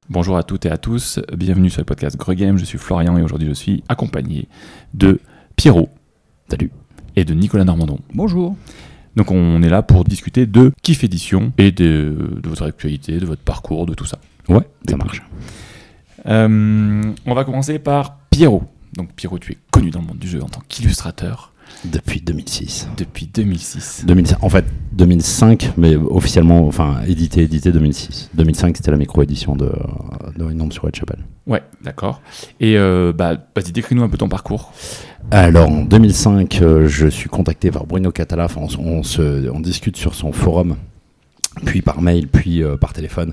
Bonjour à toutes et à tous, bienvenue sur le podcast Gregame, je suis Florian et aujourd'hui je suis accompagné de Pierrot. Salut. Et de Nicolas Normandon. Bonjour. Donc on est là pour discuter de Kiff Édition et de votre actualité, de votre parcours, de tout ça. Ouais, ça marche. On va commencer par Pierrot. Donc Pierrot, tu es connu dans le monde du jeu en tant qu'illustrateur. Depuis 2006. Depuis 2006. En fait, 2005, mais officiellement, édité 2006. 2005, c'était la micro-édition de Une ombre sur Whitechapel. Ouais, d'accord. Et vas-y, décris-nous un peu ton parcours. Alors, en 2005, je suis contacté par Bruno Catala. On discute sur son forum, puis par mail, puis par téléphone.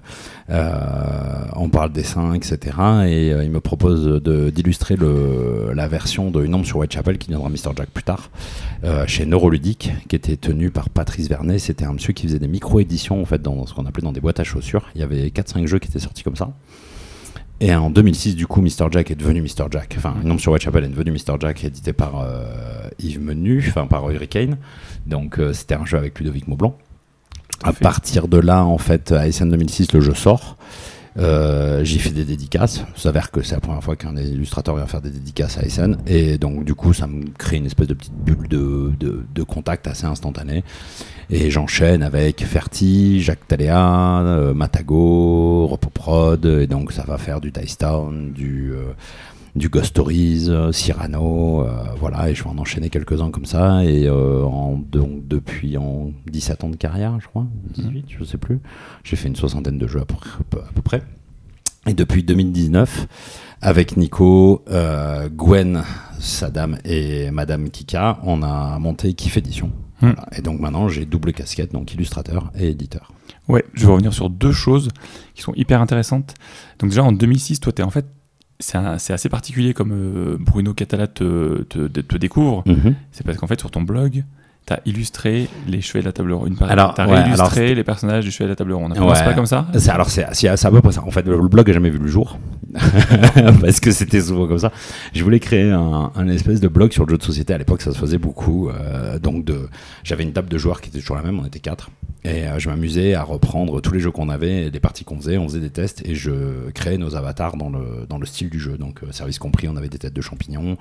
On parle dessin, etc. Et il me propose d'illustrer la version de Une ombre sur Whitechapel qui viendra Mr. Jack plus tard, chez Neuroludique, qui était tenu par Patrice Vernet. C'était un monsieur qui faisait des micro-éditions en fait, dans ce qu'on appelait dans des boîtes à chaussures. Il y avait 4-5 jeux qui étaient sortis comme ça. Et en 2006, du coup, Mr. Jack est devenu Mr. Jack. Enfin, Une ombre sur Whitechapel est devenu Mr. Jack, édité par Yves Menu, par Hurricane. Donc, c'était un jeu avec Ludovic Maublanc. À partir de là, en fait, à ASN 2006, le jeu sort. J'ai fait des dédicaces. Ça s'avère que c'est la première fois qu'un illustrateur vient faire des dédicaces à ASN. Et donc, du coup, ça me crée une espèce de petite bulle de contact assez instantané. Et j'enchaîne avec Ferti, Jacques Taléa, Matago, Repoprod. Et donc, ça va faire du Dice Town, du Ghost Stories, Cyrano, voilà, et je vais en enchaîner quelques-uns comme ça, et donc depuis 17 ans de carrière, je crois, 18, je sais plus, j'ai fait une 60aine de jeux à peu près, et depuis 2019, avec Nico, Gwen, Sadam et Madame Kika, on a monté Kiff Édition, voilà. Et donc maintenant j'ai double casquette, donc illustrateur et éditeur. Ouais, je vais revenir sur deux choses qui sont hyper intéressantes. Donc déjà en 2006, toi t'es en fait c'est assez particulier comme Bruno Catala te découvre. C'est parce qu'en fait sur ton blog t'as illustré les Chevaliers de la Table Ronde. T'as réillustré les personnages du Chevalier de la Table Ronde. C'est pas comme ça ? C'est à peu près ça. En fait, le blog n'a jamais vu le jour parce que c'était souvent comme ça. Je voulais créer un espèce de blog sur le jeu de société. À l'époque, ça se faisait beaucoup. J'avais une table de joueurs qui était toujours la même. On était 4. Et je m'amusais à reprendre tous les jeux qu'on avait, les parties qu'on faisait. On faisait des tests et je créais nos avatars dans le style du jeu. Donc, service compris, on avait des têtes de champignons.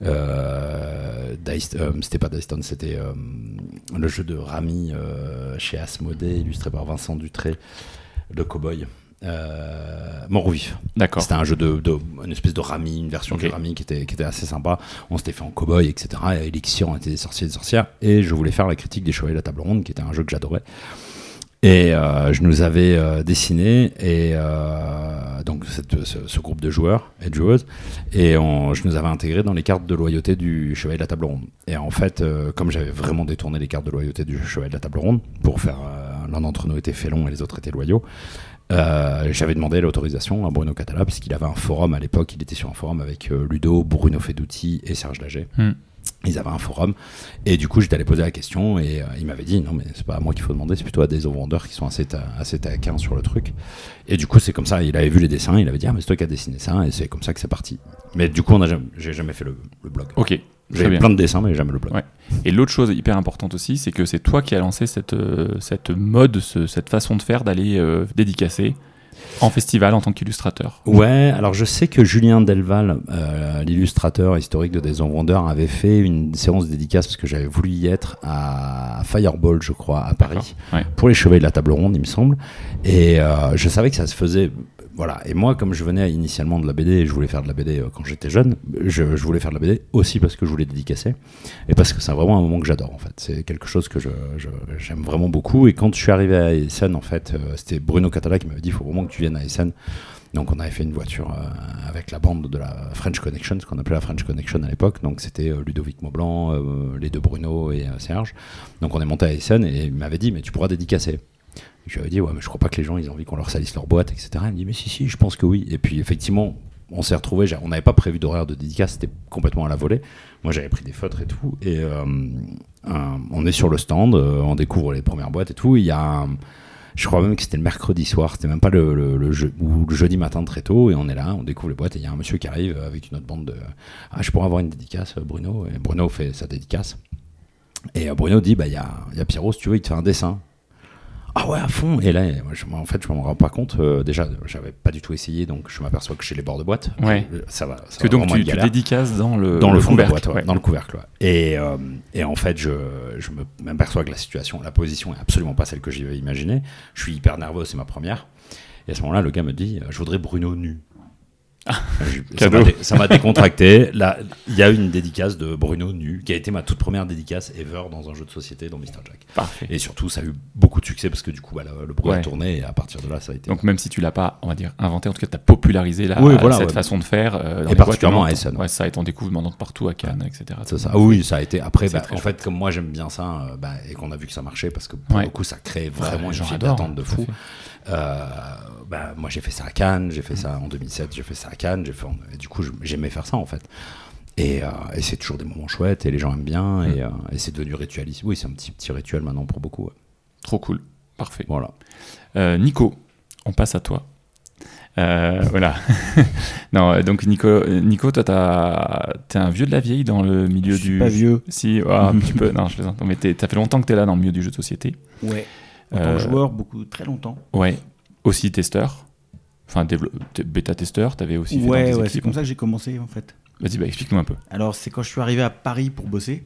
C'était pas Dice Town, c'était le jeu de Rami chez Asmodée, illustré par Vincent Dutré, le cowboy. Mort ou vif. D'accord. C'était un jeu une espèce de Rami, une version de Rami qui était assez sympa. On s'était fait en cowboy, etc. Et Elixir, on était des sorciers et des sorcières. Et je voulais faire la critique des Chevaliers de la Table Ronde, qui était un jeu que j'adorais. Et je nous avais dessiné et donc ce groupe de joueurs et de joueuses, et je nous avais intégré dans les cartes de loyauté du Chevalier de la Table Ronde. Et en fait, comme j'avais vraiment détourné les cartes de loyauté du Chevalier de la Table Ronde pour faire l'un d'entre nous était félon et les autres étaient loyaux, j'avais demandé l'autorisation à Bruno Catala puisqu'il avait un forum à l'époque. Il était sur un forum avec Ludo, Bruno Fedouti et Serge Laget. Ils avaient un forum et du coup j'étais allé poser la question et il m'avait dit non mais c'est pas à moi qu'il faut demander, c'est plutôt à des vendeurs qui sont assez taquins sur le truc. Et du coup c'est comme ça, il avait vu les dessins, il avait dit mais c'est toi qui as dessiné ça, et c'est comme ça que c'est parti. Mais du coup j'ai jamais fait le blog. Ok. J'avais plein de dessins mais jamais le blog. Ouais. Et l'autre chose hyper importante aussi, c'est que c'est toi qui as lancé cette mode, cette façon de faire d'aller dédicacer en festival en tant qu'illustrateur. Ouais, alors je sais que Julien Delval, l'illustrateur historique de Des Vendeurs, avait fait une séance de dédicace parce que j'avais voulu y être à Fireball, je crois, à Paris, pour les Chevaliers de la Table Ronde, il me semble. Et je savais que ça se faisait. Voilà. Et moi, comme je venais initialement de la BD et je voulais faire de la BD quand j'étais jeune, je voulais faire de la BD aussi parce que je voulais dédicacer et parce que c'est vraiment un moment que j'adore en fait. C'est quelque chose que j'aime vraiment beaucoup. Et quand je suis arrivé à Essen, en fait, c'était Bruno Catala qui m'avait dit il faut vraiment que tu viennes à Essen. Donc on avait fait une voiture avec la bande de la French Connection, ce qu'on appelait la French Connection à l'époque. Donc c'était Ludovic Maublanc, les deux Bruno et Serge. Donc on est monté à Essen et il m'avait dit mais tu pourras dédicacer. Je lui avais dit, ouais, mais je crois pas que les gens ils ont envie qu'on leur salisse leur boîte, etc. Il me dit, mais si, je pense que oui. Et puis, effectivement, on s'est retrouvés, on n'avait pas prévu d'horaire de dédicace, c'était complètement à la volée. Moi, j'avais pris des feutres et tout. Et on est sur le stand, on découvre les premières boîtes et tout. Il y a je crois même que c'était le mercredi soir, c'était même pas le jeudi matin très tôt. Et on est là, on découvre les boîtes et il y a un monsieur qui arrive avec une autre bande de « Ah, je pourrais avoir une dédicace, Bruno ?» Et Bruno fait sa dédicace. Et Bruno dit, il y a Pierrot, si tu veux, il te fait un dessin. Ah ouais, à fond. Et là, je m'en rends pas compte. Déjà, j'avais pas du tout essayé, donc je m'aperçois que j'ai les bords de boîte. Ouais. Ça va. Parce que donc tu dédicaces dans le fond de la boîte, ouais. dans le couvercle. Ouais. Et en fait, je m'aperçois que la position est absolument pas celle que j'avais imaginée. Je suis hyper nerveux, c'est ma première. Et à ce moment-là, le gars me dit, je voudrais Bruno nu. Ça m'a décontracté. Là, il y a une dédicace de Bruno nu qui a été ma toute première dédicace ever dans un jeu de société dans Mr. Jack. Parfait. Et surtout, ça a eu beaucoup de succès parce que du coup, le bruit a tourné et à partir de là, ça a été. Donc même si tu l'as pas, on va dire inventé, en tout cas, tu as popularisé cette façon de faire. Et particulièrement à Essen. Ouais, ça a été en découvre maintenant partout à Cannes, etc. C'est ça. Oui, ça a été. Après, en fait, comme moi j'aime bien ça, et qu'on a vu que ça marchait parce que pour le coup, ça crée vraiment une file d'attente de fou. Moi j'ai fait ça à Cannes, j'ai fait ça en 2007, j'ai fait ça à Cannes, et du coup j'aimais faire ça en fait. Et c'est toujours des moments chouettes et les gens aiment bien et c'est devenu ritualiste. Oui, c'est un petit rituel maintenant pour beaucoup. Ouais. Trop cool, parfait. Voilà. Nico, on passe à toi. Voilà. Non, donc Nico, toi t'es un vieux de la vieille dans le milieu Je suis pas vieux. Si, un petit peu. Non, je plaisante. Mais ça fait longtemps que t'es là dans le milieu du jeu de société. Ouais. En tant que joueur, très longtemps. Ouais. Aussi testeur. Enfin, bêta-testeur, t'avais aussi fait dans des équipes. C'est comme ça que j'ai commencé en fait. Vas-y, explique-nous un peu. Alors, c'est quand je suis arrivé à Paris pour bosser.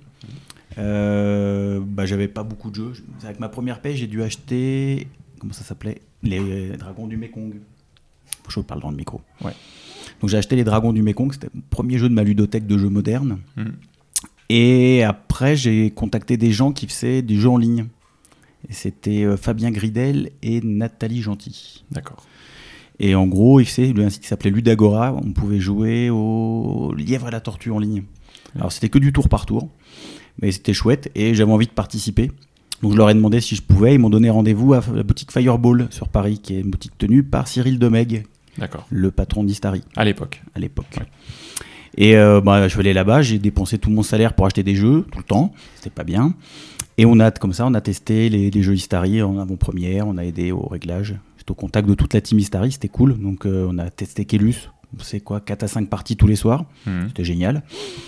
J'avais pas beaucoup de jeux. Avec ma première paie, j'ai dû acheter. Comment ça s'appelait ? Les Dragons du Mekong. Je parle dans le micro. Ouais. Donc, j'ai acheté les Dragons du Mekong. C'était mon premier jeu de ma ludothèque de jeux modernes. Et après, j'ai contacté des gens qui faisaient des jeux en ligne. Et c'était Fabien Gridel et Nathalie Gentil. D'accord. Et en gros, il faisait un site qui s'appelait Ludagora. On pouvait jouer au lièvre et la tortue en ligne. Alors, c'était que du tour par tour. Mais c'était chouette et j'avais envie de participer. Donc, je leur ai demandé si je pouvais. Ils m'ont donné rendez-vous à la boutique Fireball sur Paris, qui est une boutique tenue par Cyril Demeg, le patron d'Istari. À l'époque. Ouais. Et je suis allé là-bas. J'ai dépensé tout mon salaire pour acheter des jeux tout le temps. C'était pas bien. Et on a testé les jeux Istari en avant-première, on a aidé au réglage. J'étais au contact de toute la team Istari, c'était cool. Donc on a testé Kélus, c'est 4 à 5 parties tous les soirs. C'était génial.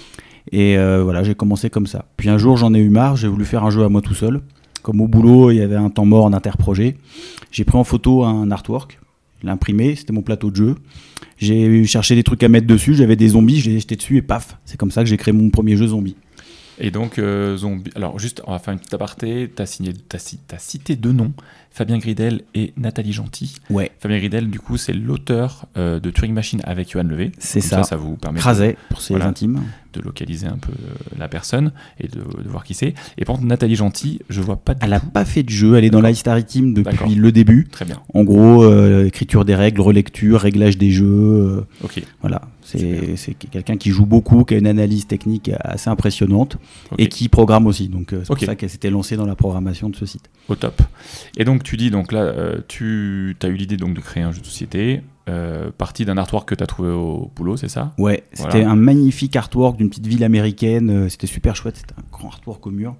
Et j'ai commencé comme ça. Puis un jour, j'en ai eu marre, j'ai voulu faire un jeu à moi tout seul. Comme au boulot, il y avait un temps mort en interprojet. J'ai pris en photo un artwork, je l'ai imprimé, c'était mon plateau de jeu. J'ai cherché des trucs à mettre dessus, j'avais des zombies, je les ai jetés dessus et paf, c'est comme ça que j'ai créé mon premier jeu zombie. Et donc, Zombie. Alors, juste, on va faire une petite aparté. T'as cité 2 noms, Fabien Gridel et Nathalie Gentil. Ouais. Fabien Gridel, du coup, c'est l'auteur de Turing Machine avec Johan Levé. C'est ça. Ça vous permet Crasé pour ses intimes. De localiser un peu la personne et de voir qui c'est. Et par contre, Nathalie Gentil, je vois pas. Elle n'a pas fait de jeu. Elle est dans la Istari Team depuis le début. Très bien. En gros, écriture des règles, relecture, réglage des jeux. Ok. Voilà. C'est quelqu'un qui joue beaucoup, qui a une analyse technique assez impressionnante et qui programme aussi. Donc c'est pour ça qu'elle s'était lancée dans la programmation de ce site. Au top. Et donc tu dis, donc là, tu as eu l'idée donc de créer un jeu de société, partie d'un artwork que tu as trouvé au boulot, c'est ça ? Ouais, c'était un magnifique artwork d'une petite ville américaine. C'était super chouette, c'était un grand artwork au mur.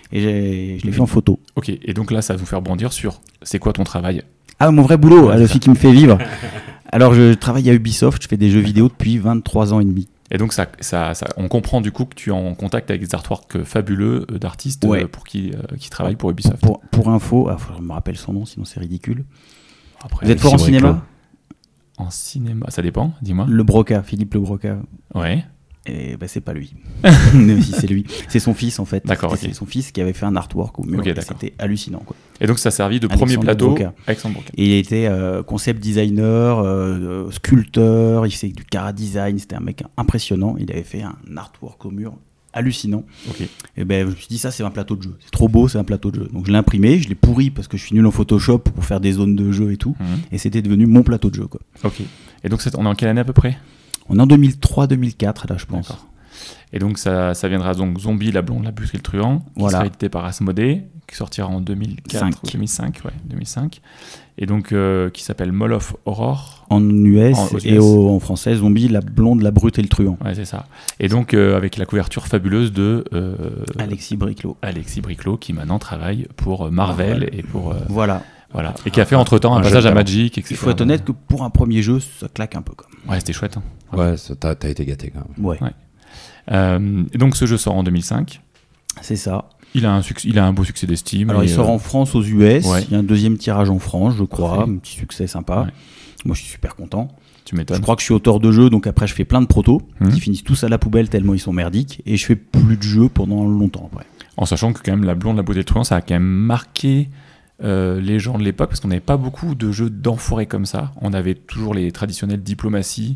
Et je l'ai fait en photo. Ok, et donc là, ça va vous faire bondir sur c'est quoi ton travail ? Ah, mon vrai boulot, celui qui me fait vivre. Alors, je travaille à Ubisoft, je fais des jeux vidéo depuis 23 ans et demi. Et donc, on comprend du coup que tu es en contact avec des artworks fabuleux d'artistes pour qui travaillent pour Ubisoft. Pour info, je me rappelle son nom, sinon c'est ridicule. Après, vous êtes fort en cinéma ? En cinéma, ça dépend, dis-moi. Le Broca, Philippe Le Broca. Ouais. Et c'est pas lui. Mais si, c'est lui. C'est son fils en fait. D'accord. C'est son fils qui avait fait un artwork au mur. C'était hallucinant, quoi. Et donc ça a servi de premier plateau. Alexandre Broca. Et il était concept designer, sculpteur. Il faisait du chara design. C'était un mec impressionnant. Il avait fait un artwork au mur hallucinant. Okay. Et je me suis dit, ça c'est un plateau de jeu. C'est trop beau, c'est un plateau de jeu. Donc je l'ai imprimé, je l'ai pourri parce que je suis nul en Photoshop pour faire des zones de jeu et tout. Et c'était devenu mon plateau de jeu, quoi. Ok. Et donc on est en quelle année à peu près ? On est en 2003-2004, là, je pense. D'accord. Et donc, ça viendra donc Zombie, la blonde, la butte et le truand, qui sera édité par Asmodée, qui sortira en 2004 ou 2005, ouais, 2005. Et donc, qui s'appelle Mall of Horror. En US et en français, Zombie, la blonde, la brute et le truand. Ouais, c'est ça. Et donc, avec la couverture fabuleuse de Alexis Briclot. Alexis Briclot, qui maintenant travaille pour Marvel et pour... Voilà. Et qui a fait entre-temps un passage à Magic, etc. Il faut être honnête que pour un premier jeu, ça claque un peu, quand même. Ouais, c'était chouette. Hein. Ouais, t'as été gâté quand même. Ouais. Et donc ce jeu sort en 2005. C'est ça. Il a un beau succès d'estime. Alors, il sort en France, aux US. Ouais. Il y a un deuxième tirage en France, je crois. Parfait. Un petit succès sympa. Ouais. Moi, je suis super content. Tu m'étonnes. Je crois que je suis auteur de jeux, donc après, je fais plein de protos qui finissent tous à la poubelle tellement ils sont merdiques. Et je fais plus de jeux pendant longtemps après. En sachant que, quand même, La Blonde, la beauté de truand, ça a quand même marqué les gens de l'époque parce qu'on n'avait pas beaucoup de jeux d'enfoirés comme ça. On avait toujours les traditionnels diplomatie,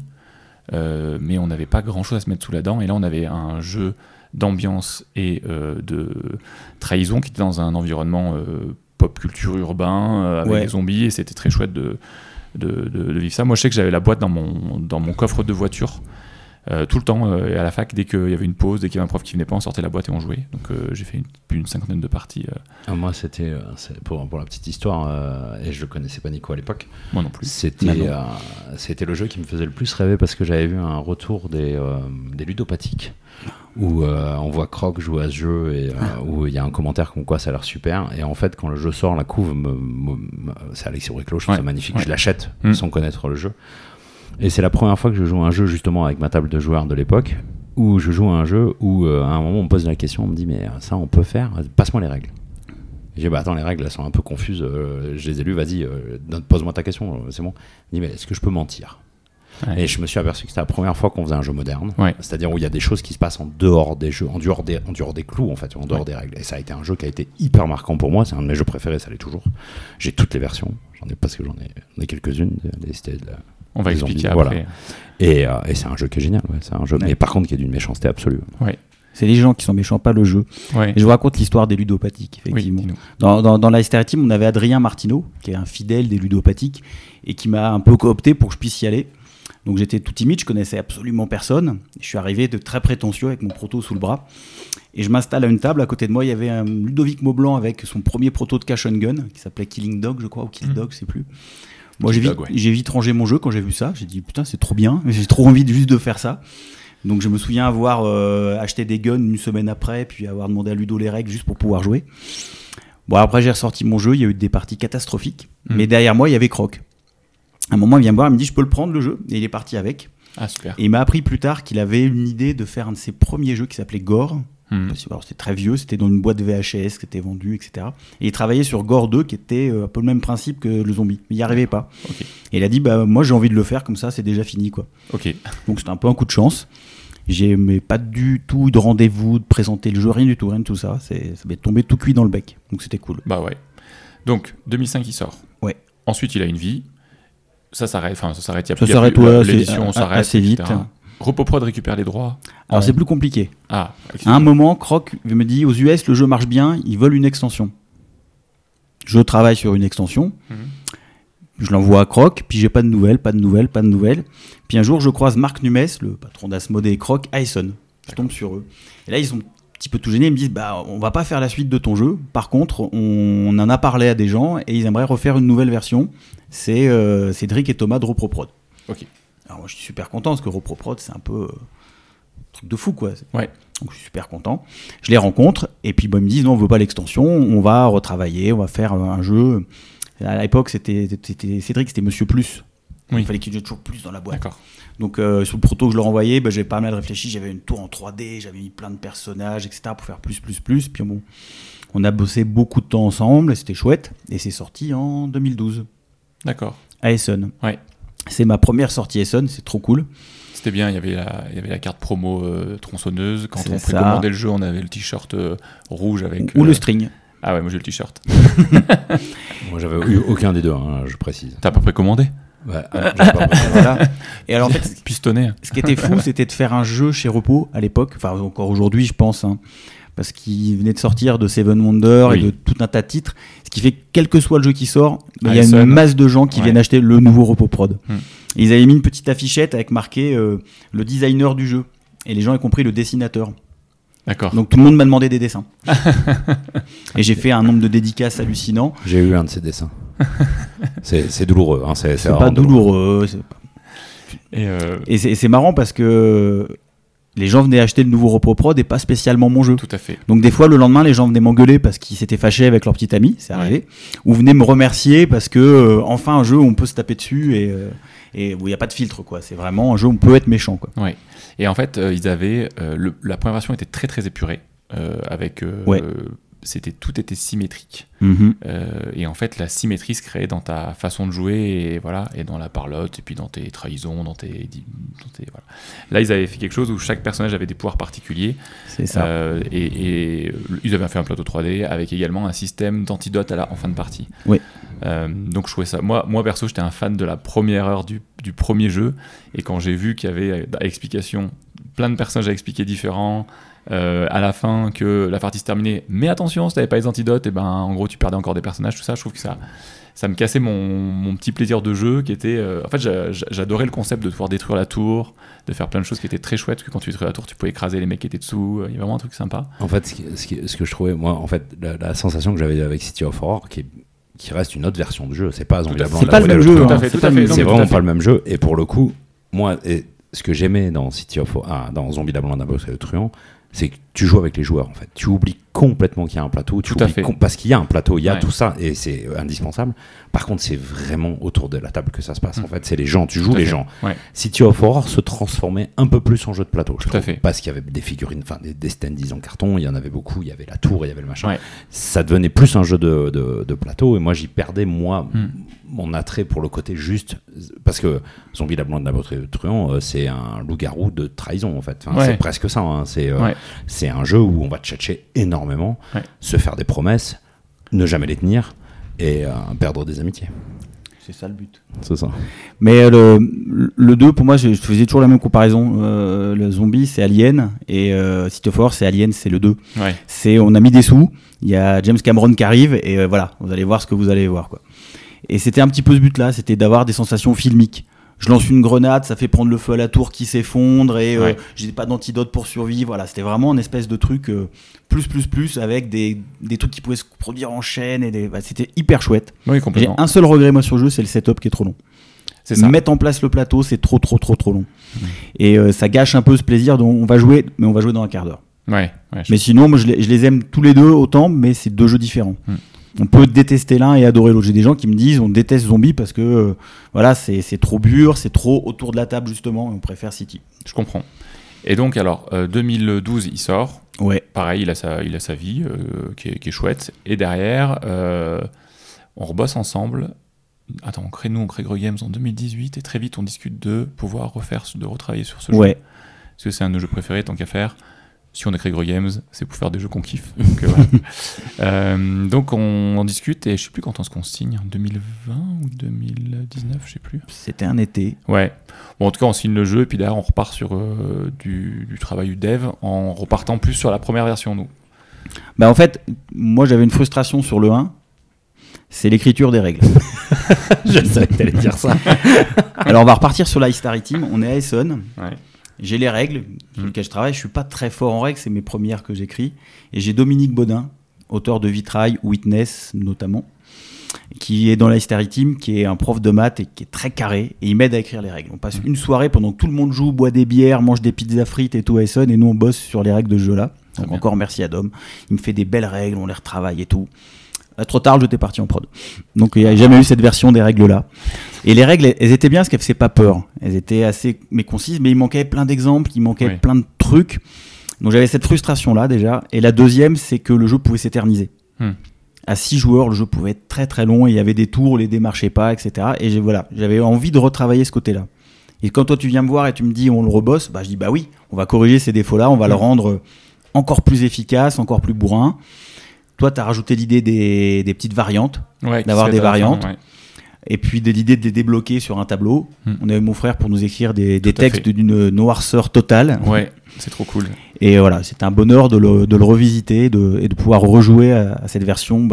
mais on n'avait pas grand chose à se mettre sous la dent. Et là, on avait un jeu d'ambiance et de trahison qui était dans un environnement pop culture urbain avec des zombies, et c'était très chouette de vivre ça. Moi, je sais que j'avais la boîte dans mon coffre de voiture tout le temps, et à la fac, dès qu'il y avait une pause, dès qu'il y avait un prof qui venait pas, on sortait la boîte et on jouait. Donc j'ai fait plus d'une 50aine de parties. Moi, c'était pour la petite histoire, et je le connaissais pas Nico à l'époque. Moi non plus. C'était le jeu qui me faisait le plus rêver parce que j'avais vu un retour des ludopathiques où on voit Croc jouer à ce jeu et où il y a un commentaire comme quoi ça a l'air super, et en fait quand le jeu sort, la couve c'est Alexis Briclot, je trouve ça magnifique, je l'achète sans connaître le jeu, et c'est la première fois que je joue à un jeu justement avec ma table de joueurs de l'époque, où je joue à un jeu où à un moment on me pose la question, on me dit mais ça on peut faire, passe-moi les règles. J'ai dit attends, les règles elles sont un peu confuses, je les ai lues, vas-y, pose-moi ta question, c'est bon. Il dit mais est-ce que je peux mentir? Ouais. Et je me suis aperçu que c'était la première fois qu'on faisait un jeu moderne, c'est-à-dire où il y a des choses qui se passent en dehors des jeux, en dehors des clous en fait, en dehors des règles. Et ça a été un jeu qui a été hyper marquant pour moi, c'est un de mes jeux préférés, ça l'est toujours. J'ai toutes les versions, parce que j'en ai quelques-unes. On va expliquer zombies, après. Voilà. Et c'est un jeu qui est génial, c'est un jeu, mais par contre qui est d'une méchanceté absolue. Ouais. C'est les gens qui sont méchants, pas le jeu. Ouais. Et je vous raconte l'histoire des ludopathiques, effectivement. Oui, dans la STR Team, on avait Adrien Martineau, qui est un fidèle des ludopathiques, et qui m'a un peu coopté pour que je puisse y aller. Donc j'étais tout timide, je connaissais absolument personne. Je suis arrivé de très prétentieux avec mon proto sous le bras. Et je m'installe à une table. À côté de moi, il y avait un Ludovic Maublanc avec son premier proto de Cash and Gun, qui s'appelait Killing Dog, je crois, ou Kill Dog, je sais plus. Moi, j'ai vite rangé mon jeu quand j'ai vu ça. J'ai dit, putain, c'est trop bien. J'ai trop envie juste de faire ça. Donc je me souviens avoir acheté des guns une semaine après, puis avoir demandé à Ludo les règles juste pour pouvoir jouer. Bon, après, j'ai ressorti mon jeu. Il y a eu des parties catastrophiques. Mais derrière moi, il y avait Croc. À un moment, il vient me voir, il me dit, je peux le prendre, le jeu. Et il est parti avec. Ah, super. Et il m'a appris plus tard qu'il avait une idée de faire un de ses premiers jeux qui s'appelait Gore. Alors, c'était très vieux, c'était dans une boîte VHS qui était vendue, etc. Et il travaillait sur Gore 2, qui était un peu le même principe que le zombie. Mais il n'y arrivait pas. Okay. Et il a dit, moi j'ai envie de le faire, comme ça c'est déjà fini, quoi. Okay. Donc c'était un peu un coup de chance. J'ai pas du tout de rendez-vous, de présenter le jeu, rien de tout ça. Ça m'est tombé tout cuit dans le bec. Donc c'était cool. Bah ouais. Donc 2005 il sort. Ouais. Ensuite il a une vie. Ça s'arrête. L'édition s'arrête assez vite. Repoprod récupère les droits. Alors c'est plus compliqué. À un moment, Croc me dit, aux US, le jeu marche bien, ils veulent une extension. Je travaille sur une extension. Je l'envoie à Croc, puis j'ai pas de nouvelles. Puis un jour, je croise Marc Numes, le patron d'Asmodée et Croc, à Essonne. Je tombe sur eux. Et là, ils sont un petit peu tout gênés. Ils me disent, on va pas faire la suite de ton jeu. Par contre, on en a parlé à des gens et ils aimeraient refaire une nouvelle version. C'est Cédric et Thomas de Reproprod. Ok. Alors moi, je suis super content parce que Reproprod, c'est un peu un truc de fou, quoi. Ouais. Donc je suis super content. Je les rencontre et puis ils me disent, non, on veut pas l'extension. On va retravailler, on va faire un jeu. À l'époque, c'était Cédric, c'était Monsieur Plus. Oui. Il fallait qu'il y ait toujours plus dans la boîte. D'accord. Donc, sur le proto que je leur envoyais, j'avais pas mal réfléchi. J'avais une tour en 3D, j'avais mis plein de personnages, etc. pour faire plus. Puis bon, on a bossé beaucoup de temps ensemble et c'était chouette. Et c'est sorti en 2012. D'accord. À Essonne. Ouais. C'est ma première sortie Essonne, c'est trop cool. C'était bien, il y avait la carte promo tronçonneuse. Quand on précommandait le jeu, on avait le t-shirt rouge avec... Ou le string. Ah ouais, moi j'ai le t-shirt. Moi j'avais eu aucun des deux, je précise. T'as pas précommandé? Ouais, voilà. Et alors en fait, pistonné. Ce qui était fou, c'était de faire un jeu chez Repos à l'époque, enfin encore aujourd'hui je pense, parce qu'il venait de sortir de Seven Wonders et de tout un tas de titres, ce qui fait que quel que soit le jeu qui sort, il y a une masse de gens qui viennent acheter le nouveau Repoprod. Et ils avaient mis une petite affichette avec marqué le designer du jeu, et les gens ont compris le dessinateur. D'accord. Donc tout le monde m'a demandé des dessins. Et j'ai fait un nombre de dédicaces hallucinant. J'ai eu un de ces dessins. C'est douloureux. C'est pas douloureux. Et c'est marrant parce que les gens venaient acheter le nouveau Repoprod et pas spécialement mon jeu. Tout à fait. Donc des fois, le lendemain, les gens venaient m'engueuler parce qu'ils s'étaient fâchés avec leur petit ami, c'est arrivé. Ou venaient me remercier parce que enfin un jeu où on peut se taper dessus et où il n'y a pas de filtre, quoi. C'est vraiment un jeu où on peut être méchant, quoi. Ouais. Et en fait, ils avaient la première version était très très épurée avec tout était symétrique. Et en fait, la symétrie se créait dans ta façon de jouer, et voilà, et dans la parlotte, et puis dans tes trahisons, dans tes voilà. Là, ils avaient fait quelque chose où chaque personnage avait des pouvoirs particuliers. C'est ça. Et ils avaient fait un plateau 3D avec également un système d'antidote en fin de partie. Oui. Donc je trouvais ça. Moi perso, j'étais un fan de la première heure du premier jeu, et quand j'ai vu qu'il y avait explication, plein de personnages à expliquer différents. À la fin que la partie se terminait, mais attention, si t'avais pas les antidotes, et ben en gros tu perdais encore des personnages, tout ça. Je trouve que ça me cassait mon petit plaisir de jeu qui était en fait j'adorais le concept de pouvoir détruire la tour, de faire plein de choses qui étaient très chouettes, parce que quand tu détruis la tour tu pouvais écraser les mecs qui étaient dessous. Il y a vraiment un truc sympa. En fait ce que je trouvais, moi, en fait, la sensation que j'avais avec City of Horror, qui reste une autre version de jeu, c'est pas Zombie Blanc, c'est pas le même jeu, c'est vraiment pas le même jeu. Et pour le coup, moi, ce que j'aimais dans dans Zombie Blanc, le truand, c'est que tu joues avec les joueurs, en fait. Tu oublies complètement qu'il y a un plateau. Parce qu'il y a un plateau, il y a tout ça, et c'est indispensable. Par contre, c'est vraiment autour de la table que ça se passe. En fait, c'est les gens, tu joues les gens. Ouais. City of Horror se transformait un peu plus en jeu de plateau, je trouve. Parce qu'il y avait des figurines, enfin des standees en carton, il y en avait beaucoup, il y avait la tour, il y avait le machin. Ouais. Ça devenait plus un jeu de plateau, et moi, j'y perdais, mon attrait pour le côté juste, parce que Zombie la Blanc de la Truand, c'est un loup-garou de trahison, en fait. Enfin, c'est presque ça, hein. C'est un jeu où on va tchatcher énormément, se faire des promesses, ne jamais les tenir, et perdre des amitiés. C'est ça le but. C'est ça. Mais le 2, pour moi, je faisais toujours la même comparaison. Le zombie, c'est Alien, et City of Horror, c'est Alien, c'est le 2. Ouais. On a mis des sous, il y a James Cameron qui arrive, et voilà, vous allez voir ce que vous allez voir, quoi. Et c'était un petit peu ce but-là, c'était d'avoir des sensations filmiques. Je lance une grenade, ça fait prendre le feu à la tour qui s'effondre, et j'ai pas d'antidote pour survivre. Voilà, c'était vraiment une espèce de truc plus avec des trucs qui pouvaient se produire en chaîne, et c'était hyper chouette. Oui, complètement. J'ai un seul regret, moi, sur le jeu, c'est le setup qui est trop long. C'est ça. Mettre en place le plateau, c'est trop long. Et ça gâche un peu ce plaisir dont on va jouer dans un quart d'heure. Mais sinon, moi, je les aime tous les deux autant, mais c'est deux jeux différents. On peut détester l'un et adorer l'autre. J'ai des gens qui me disent on déteste Zombie parce que voilà, c'est trop dur, c'est trop autour de la table justement, et on préfère City. Je comprends. Et donc alors 2012 il sort. Ouais. Pareil, il a sa vie qui est chouette. Et derrière on rebosse ensemble. Attends, on crée Greg Games en 2018, et très vite on discute de pouvoir retravailler sur ce jeu. Ouais. Parce que c'est un de nos jeux préférés, tant qu'à faire. Si on écrit Greg Games, c'est pour faire des jeux qu'on kiffe. Donc, voilà. Donc on en discute, et je sais plus quand est-ce qu'on signe, en 2020 ou 2019, je sais plus. C'était un été. Ouais. Bon, en tout cas, on signe le jeu, et puis derrière on repart sur du travail du dev, en repartant plus sur la première version, nous. Bah en fait, moi j'avais une frustration sur le 1, c'est l'écriture des règles. Je savais que t'allais dire ça. Alors on va repartir sur la History Team, on est à Essonne. Ouais. J'ai les règles sur lesquelles je travaille. Je suis pas très fort en règles, c'est mes premières que j'écris. Et j'ai Dominique Baudin, auteur de Vitrail, Witness notamment, qui est dans la History Team, qui est un prof de maths et qui est très carré. Et il m'aide à écrire les règles. On passe une soirée pendant que tout le monde joue, boit des bières, mange des pizzas frites et tout à Essonne. Et nous, on bosse sur les règles de ce jeu-là. Donc encore merci à Dom. Il me fait des belles règles, on les retravaille et tout. Trop tard, j'étais parti en prod. Donc il n'y a jamais eu cette version des règles-là. Et les règles, elles étaient bien parce qu'elles ne faisaient pas peur. Elles étaient assez concises, mais il manquait plein d'exemples, il manquait plein de trucs. Donc j'avais cette frustration-là déjà. Et la deuxième, c'est que le jeu pouvait s'éterniser. À 6 joueurs, le jeu pouvait être très très long, et il y avait des tours, les dés ne marchaient pas, etc. Et j'avais envie de retravailler ce côté-là. Et quand toi tu viens me voir et tu me dis on le rebosse, je dis bah oui, on va corriger ces défauts-là, on va le rendre encore plus efficace, encore plus bourrin. Toi, tu as rajouté l'idée des petites variantes, d'avoir des variantes, et puis l'idée de les débloquer sur un tableau. On avait mon frère pour nous écrire des textes d'une noirceur totale. Ouais, c'est trop cool. Et voilà, c'était un bonheur de le revisiter et de pouvoir rejouer à cette version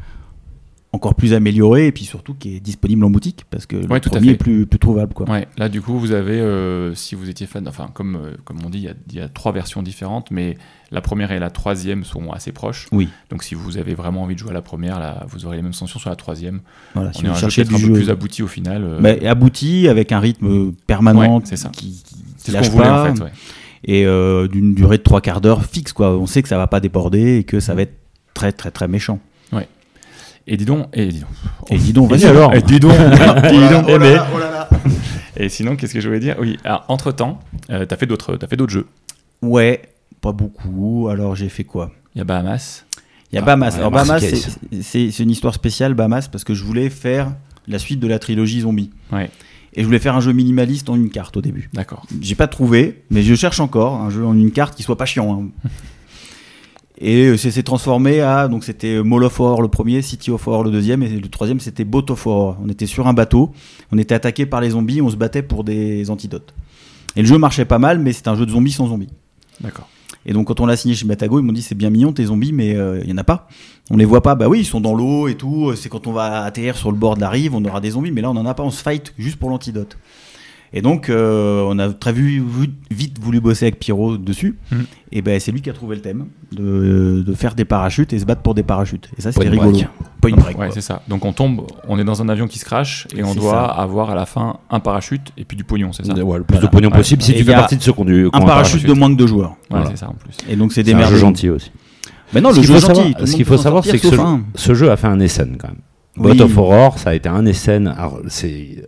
encore plus améliorée, et puis surtout qui est disponible en boutique, parce que le premier est plus trouvable, quoi. Ouais, là du coup vous avez, si vous étiez fan, enfin comme on dit, il y a 3 versions différentes, mais la première et la troisième sont assez proches. Oui. Donc si vous avez vraiment envie de jouer à la première, là vous aurez les mêmes sensations sur la troisième. Voilà, on est un jeu peut-être un peu plus abouti au final. Abouti, avec un rythme permanent, c'est ça. Qui c'est ce qu'on voulait en fait. Ouais. Et d'une durée de 3/4 d'heure fixe, quoi. On sait que ça va pas déborder et que ça va être très très très méchant. Ouais. Et dis donc, vas-y alors. Et dis donc, oh là là. Et sinon, qu'est-ce que je voulais dire ? Oui, entre temps, t'as fait d'autres jeux. Ouais, pas beaucoup. Alors j'ai fait quoi ? Il y a Bahamas. Il y a Bahamas. Ouais, Alors Bahamas, Case. c'est une histoire spéciale, Bahamas, parce que je voulais faire la suite de la trilogie Zombie. Ouais, Et je voulais faire un jeu minimaliste en une carte au début. d'accord. J'ai pas trouvé, mais je cherche encore un jeu en une carte qui soit pas chiant. Hein. Et c'est transformé à, donc c'était Mall of Horror le premier, City of Horror le deuxième, et le troisième c'était Boat of Horror. On était sur un bateau, on était attaqué par les zombies, on se battait pour des antidotes. Et le jeu marchait pas mal, mais c'est un jeu de zombies sans zombies. D'accord. Et donc quand on l'a signé chez Matago, ils m'ont dit c'est bien mignon tes zombies, mais il y en a pas. On les voit pas. Bah oui, ils sont dans l'eau et tout. C'est quand on va atterrir sur le bord de la rive, on aura des zombies, mais là on en a pas. On se fight juste pour l'antidote. Et donc on a très vite voulu bosser avec Pierrot dessus. Et ben c'est lui qui a trouvé le thème de faire des parachutes et se battre pour des parachutes. Et ça c'était Point rigolo. break. Point break. Ouais, Quoi. c'est ça. Donc on est dans un avion qui se crache et on C'est doit ça. avoir à la fin un parachute et puis du pognon, c'est ça? Ouais, le plus Voilà. de pognon Ouais. possible si Et tu il fais y a partie de ceux qui ont du Un parachute de moins que 2 joueurs. Ouais, Voilà. c'est ça en plus. Et donc c'est C'est des un merdes. jeu gentil aussi. Mais non, Ce le qu'il jeu faut gentil. savoir- tout le ce monde qu'il peut faut savoir, s'en c'est que sortir, sauf un. ce jeu a fait un essai quand même. Oui. Boat of Horror, ça a été un essai. Alors, c'est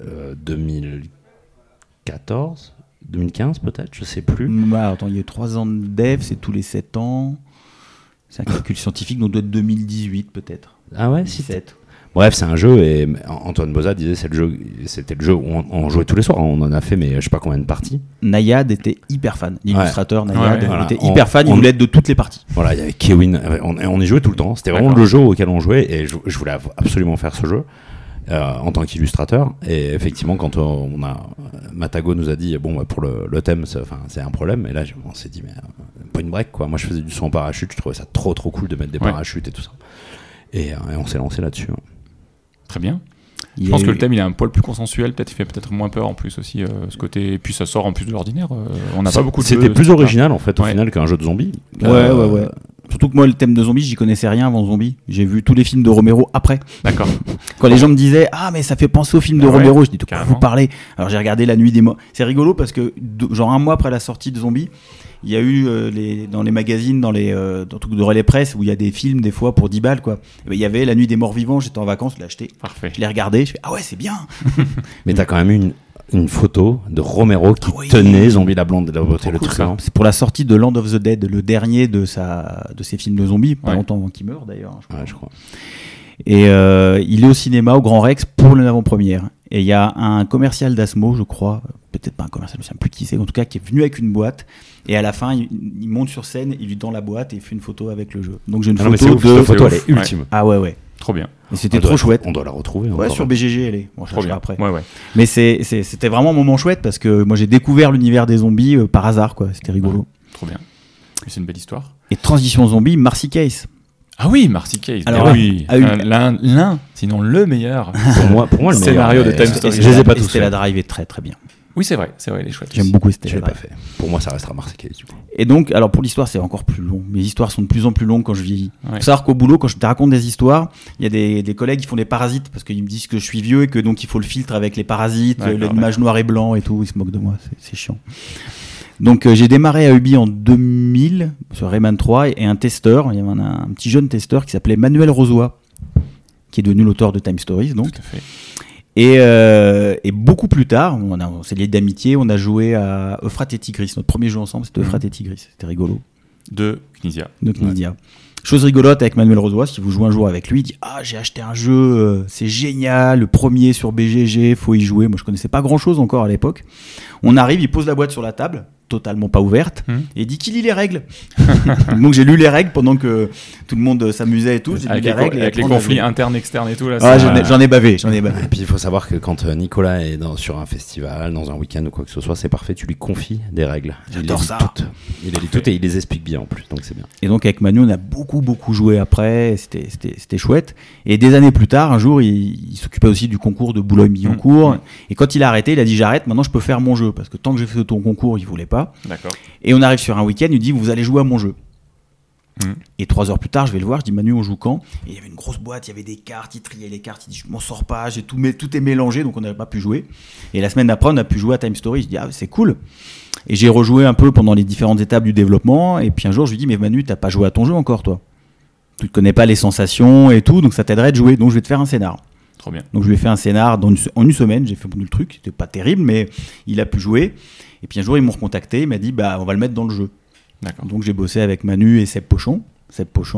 2014, 2015 peut-être, je sais plus. Bah, attends, il y a eu 3 ans de dev, c'est tous les 7 ans. C'est un calcul scientifique, donc doit être 2018 peut-être. Ah ouais, si. 17. Bref, c'est un jeu et Antoine Boza disait c'était le jeu où on jouait tous les soirs. On en a fait, mais je sais pas combien de parties. Nayad était hyper fan. L'illustrateur Nayad Ouais, voilà. était hyper fan. Il voulait être de toutes les parties. Voilà, il y avait Kewin. On y jouait tout le temps. C'était vraiment D'accord. le jeu auquel on jouait et je voulais absolument faire ce jeu en tant qu'illustrateur. Et effectivement, quand Matago nous a dit bon, bah, pour le thème, c'est un problème. Et là, on s'est dit mais Point Break quoi. Moi, je faisais du saut en parachute. Je trouvais ça trop cool de mettre des parachutes et tout ça. Et on s'est lancé là-dessus. Très bien. Il Je y pense a que eu- le thème il est un poil plus consensuel, peut-être il fait peut-être moins peur en plus aussi ce côté. Et puis ça sort en plus de l'ordinaire. On n'a pas beaucoup de jeux C'était de plus ce type-là. original en fait au Ouais. final qu'un jeu de zombies. Ouais. Surtout que moi, le thème de zombies, j'y connaissais rien avant Zombie. J'ai vu tous les films de Romero après. D'accord. Quand les gens me disaient ah mais ça fait penser au film de Ah ouais, Romero, je dis de quoi carrément. vous parlez. Alors j'ai regardé La Nuit des Morts. C'est rigolo parce que genre un mois après la sortie de Zombie, il y a eu dans les magazines, dans trucs de relais presse où il y a des films des fois pour 10 balles quoi. Et ben, il y avait La Nuit des Morts Vivants. J'étais en vacances, je l'ai acheté, Parfait. je l'ai regardé, je fais ah ouais c'est bien. Mais t'as quand même eu une photo de Romero qui Oui. tenait Zombie la blonde et la beauté Trop le cool, truand. C'est pour la sortie de Land of the Dead, le dernier de ses films de zombies, pas Ouais. longtemps avant qu'il meure d'ailleurs. Hein, je crois. Ouais, je crois. Et il est au cinéma au Grand Rex pour l'avant-première. Et il y a un commercial d'Asmo, je crois, peut-être pas un commercial, je ne sais plus qui c'est, en tout cas qui est venu avec une boîte. Et à la fin, il monte sur scène, il lui tend la boîte et il fait une photo avec le jeu. Donc j'ai une Ah non, mais photo c'est ouf, de. cette photo, C'est elle ouf. est ultime. Ah ouais. Trop bien. Et c'était On doit- trop chouette. On doit la retrouver. Ouais, encore. sur BGG, elle est. Bon, je Trop bien. après. Ouais. Mais c'était vraiment un moment chouette parce que moi j'ai découvert l'univers des zombies par hasard, quoi. C'était rigolo. Trop bien. Et c'est une belle histoire. Et transition zombie, Marcy Case. Ah oui, Marcy Case. Alors, bien oui. a eu- L'un, sinon le meilleur. Pour moi, le Scénario meilleur, de mais Time Story. Je les ai pas tous Stella faits. Drive est très très bien. Oui, c'est vrai, il est chouette. J'aime aussi. beaucoup Je Stella l'ai pas Drive. fait. Pour moi, ça restera Marseillais du coup. Et donc, alors pour l'histoire, c'est encore plus long. Mes histoires sont de plus en plus longues quand je vieillis. Ouais. Faut savoir qu'au boulot, quand je te raconte des histoires, il y a des collègues qui font des parasites parce qu'ils me disent que je suis vieux et que donc il faut le filtre avec les parasites, D'accord, l'image noir et blanc et tout. Ils se moquent de moi, c'est chiant. Donc j'ai démarré à Ubi en 2000 sur Rayman 3 et un testeur, il y avait un petit jeune testeur qui s'appelait Manuel Rosoy, qui est devenu l'auteur de Time Stories donc. Tout à fait. Et beaucoup plus tard, on s'est liés d'amitié, on a joué à Euphrate et Tigris. Notre premier jeu ensemble, c'était Euphrate et Tigris. C'était rigolo. De Knizia. De Knizia. Chose rigolote avec Manuel Rosoy, si vous jouez un jour avec lui, il dit ah j'ai acheté un jeu, c'est génial, le premier sur BGG, faut y jouer. Moi je connaissais pas grand chose encore à l'époque. On arrive, il pose la boîte sur la table, totalement pas ouverte, et il dit qu'il lit les règles. Donc j'ai lu les règles pendant que tout le monde s'amusait et tout. J'ai lu Avec les règles. et avec les après, on a conflits joué. internes, externes et tout. Là, Ah, c'est- j'en ai bavé. Et puis il faut savoir que quand Nicolas est sur un festival, dans un week-end ou quoi que ce soit, c'est parfait, tu lui confies des règles. J'adore Il les lit ça. toutes. Il les lit toutes et il les explique bien en plus, donc c'est bien. Et donc avec Manu, on a beaucoup joué après, c'était chouette. Et des années plus tard, un jour, il s'occupait aussi du concours de Boulogne-Billancourt. Et quand il a arrêté, il a dit j'arrête, maintenant je peux faire mon jeu. Parce que tant que j'ai fait ton concours, il voulait pas. D'accord. Et on arrive sur un week-end, il dit vous allez jouer à mon jeu. Mm. Et 3 heures plus tard, je vais le voir, je dis Manu, on joue quand? Et il y avait une grosse boîte, il y avait des cartes, il triait les cartes, il dit je m'en sors pas, tout est mélangé, donc on n'avait pas pu jouer. Et la semaine d'après, on a pu jouer à Time Story, je dis ah c'est cool. Et j'ai rejoué un peu pendant les différentes étapes du développement, et puis un jour je lui dis mais Manu, t'as pas joué à ton jeu encore toi? Tu ne connais pas les sensations et tout, donc ça t'aiderait de jouer, donc je vais te faire un scénar. Trop bien. Donc je lui ai fait un scénar en une semaine, j'ai fait le truc, c'était pas terrible, mais il a pu jouer. Et puis un jour ils m'ont recontacté, il m'a dit bah on va le mettre dans le jeu. D'accord. Donc j'ai bossé avec Manu et Seb Pochon. Seb Pochon,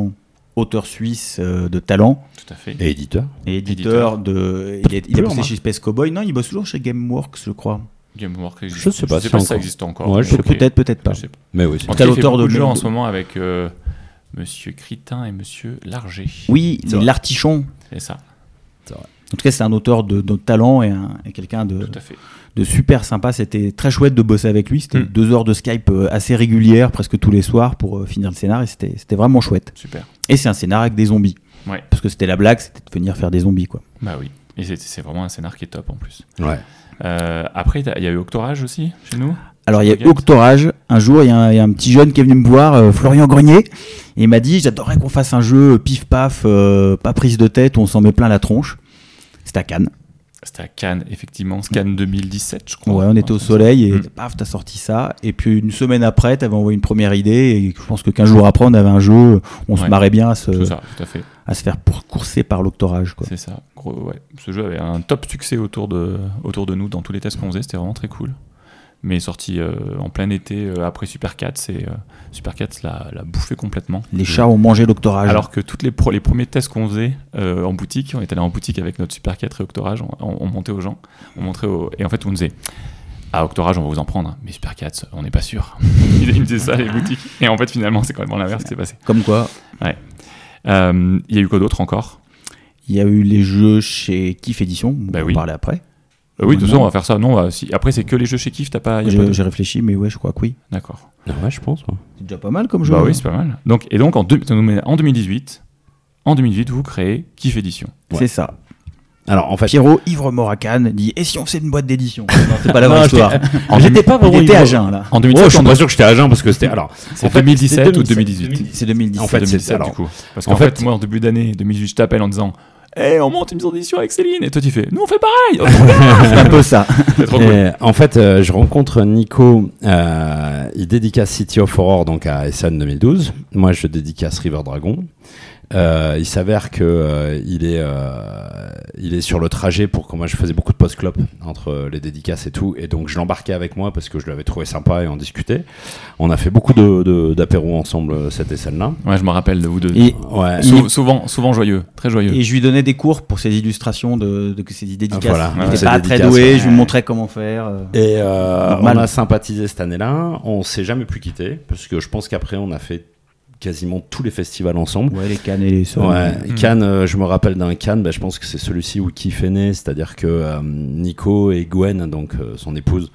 auteur suisse de talent. Tout à fait. Et éditeur. Et éditeur de. Il a bossé chez Space Cowboy. Non, il bosse toujours chez Gameworks, je crois. Gameworks existe. Je sais pas si ça existe encore. Ouais, peut-être pas. Je sais pas. Mais oui, En tout cas, il fait beaucoup de jeux en ce moment avec Monsieur Critin et Monsieur Larger. Oui, c'est l'artichon. C'est ça. C'est vrai. En tout cas, c'est un auteur de talent et quelqu'un Tout à fait. de super sympa. C'était très chouette de bosser avec lui. C'était 2 heures de Skype assez régulières, presque tous les soirs, pour finir le scénar. Et c'était vraiment chouette. Super. Et c'est un scénar avec des zombies. Ouais. Parce que c'était la blague, c'était de venir faire des zombies, quoi. Bah oui. Et c'est vraiment un scénar qui est top en plus. Ouais. Après, il y a eu Octorage aussi chez nous. Alors, il y a Octorage. Un jour, il y a un petit jeune qui est venu me voir, Florian Grenier, et il m'a dit: j'adorerais qu'on fasse un jeu pif-paf, pas prise de tête, où on s'en met plein la tronche. C'était à Cannes. C'était à Cannes, effectivement. Cannes 2017, je crois. Ouais, on était au soleil et paf, t'as sorti ça. Et puis une semaine après, t'avais envoyé une première idée. Et je pense que 15 jours après, on avait un jeu. On se marrait bien C'est ça, tout à fait. à se faire courser par l'Octorage, quoi. C'est ça. Ce jeu avait un top succès autour de nous dans tous les tests qu'on faisait. C'était vraiment très cool. Mais sorti en plein été après Super 4, Super 4 l'a bouffé complètement. Les chats ont mangé l'Octorage. Alors que les premiers tests qu'on faisait en boutique, on était allé en boutique avec notre Super 4 et Octorage, on montait aux gens, on montrait et en fait on disait: à Octorage on va vous en prendre, mais Super 4 on n'est pas sûr. Ils me disaient ça les boutiques. Et en fait finalement c'est complètement l'inverse qui s'est passé. Comme quoi. Ouais. Il y a eu quoi d'autre encore? Il y a eu les jeux chez Kif Édition, on va en parler après. Oui, de toute façon, on va faire ça. Non, après, c'est que les jeux chez Kif, t'as pas. J'ai réfléchi, mais ouais, je crois que oui. D'accord. Ouais, je pense. Ouais. C'est déjà pas mal comme jeu. Bah oui, c'est pas mal. Donc en 2018, vous créez Kif Édition. Ouais. C'est ça. Alors, en fait, Pierrot, ivre-mort à Cannes, dit: et si on faisait une boîte d'édition? Non, c'est pas la vraie histoire. J'étais pas vraiment. J'étais à Agen, là. En 2017, je suis pas sûr que j'étais à Agen parce que c'était. Alors, c'est 2017 ou 2018? C'est 2017. En fait, 2017 du coup. Parce qu'en fait, moi, en début d'année 2018, je t'appelle en disant: hey, on monte une maison d'édition avec Céline. Et toi, tu fais: nous, on fait pareil. C'est un peu ça. C'est trop cool. En fait, je rencontre Nico. Il dédicace City of Horror donc à Essen 2012. Moi, je dédicace River Dragon. Il s'avère que il est sur le trajet pour que moi je faisais beaucoup de post-clop entre les dédicaces et tout, et donc je l'embarquais avec moi parce que je l'avais trouvé sympa et on discutait. On a fait beaucoup d'apéros ensemble cette scène-là. Ouais, je me rappelle de vous deux. Et souvent joyeux, très joyeux. Et je lui donnais des cours pour ses illustrations de ses dédicaces. Voilà, il n'était pas très doué, je lui montrais comment faire. Et on a sympathisé cette année-là. On s'est jamais plus quitté parce que je pense qu'après on a fait quasiment tous les festivals ensemble. Ouais, les Cannes et les Sons. Ouais, Cannes, je me rappelle d'un Cannes, je pense que c'est celui-ci où Kif est né, c'est-à-dire que Nico et Gwen, donc son épouse,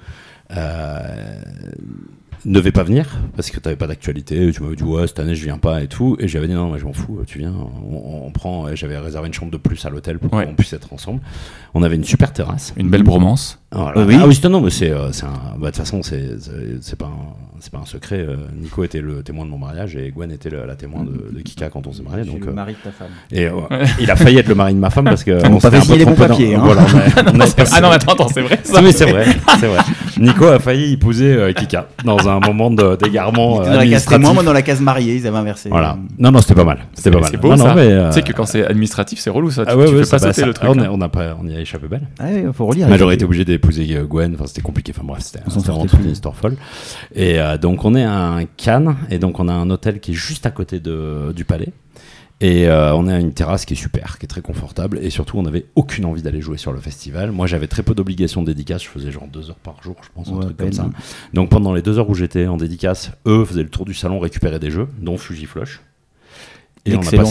ne devaient pas venir parce que t'avais pas d'actualité. Tu m'avais dit: ouais, cette année je viens pas et tout, et j'avais dit: non, mais je m'en fous, tu viens, on prend. Et j'avais réservé une chambre de plus à l'hôtel pour qu'on puisse être ensemble. On avait une super terrasse, une belle bromance. Voilà. Oui. Ah oui, non, mais c'est un. De toute façon, c'est pas un secret. Nico était le témoin de mon mariage et Gwen était la témoin de Kika quand on s'est marié. Donc le mari de ta femme. Et il a failli être le mari de ma femme parce que on pas fait signer les bons papiers. Voilà, ah non, attends, c'est vrai. Ça. Oui, c'est vrai. Nico a failli épouser Kika dans un moment d'égarement dans la case témoin, moi dans la case mariée, ils avaient inversé. Voilà. Non, c'était pas mal. C'était pas mal. C'est beau, ça. Tu sais que quand c'est administratif, c'est relou, ça. Tu peux pas sauter le truc. On y a échappé belle. Il faut relire. J'aurais été obligé d'épouser Gwen. Enfin, c'était compliqué. Enfin bref, c'était vraiment toute une histoire folle. Et donc on est à un Cannes, et donc on a un hôtel qui est juste à côté du palais. Et on est à une terrasse qui est super, qui est très confortable, et surtout on n'avait aucune envie d'aller jouer sur le festival. Moi j'avais très peu d'obligations de dédicace, je faisais genre 2 heures par jour, je pense, un truc comme ça. Donc pendant les 2 heures où j'étais en dédicace, eux faisaient le tour du salon, récupéraient des jeux, dont Fugiflush. Et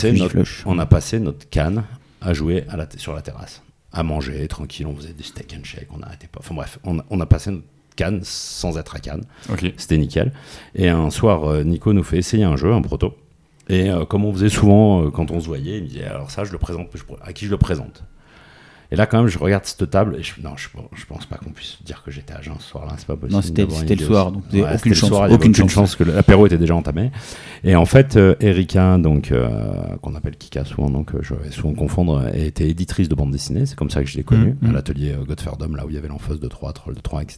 on a passé notre Cannes à jouer sur la terrasse, à manger tranquille, on faisait des steak and shake, on n'arrêtait pas. Enfin bref, on a passé notre Cannes sans être à Cannes. Okay. C'était nickel. Et un soir, Nico nous fait essayer un jeu, un proto. Et comme on faisait souvent quand on se voyait, il me disait: alors ça, je le présente, à qui je le présente? Et là, quand même, je regarde cette table et je pense pas qu'on puisse dire que j'étais à Agen ce soir-là, c'est pas possible. Non, c'était le soir, donc aucune chance que l'apéro était déjà entamé. Et en fait, Erika, donc qu'on appelle Kika souvent, donc je vais souvent confondre, était éditrice de bande dessinée. C'est comme ça que je l'ai connue, à l'atelier Godferdom, là où il y avait l'Enfance de 3, Troll de 3, etc.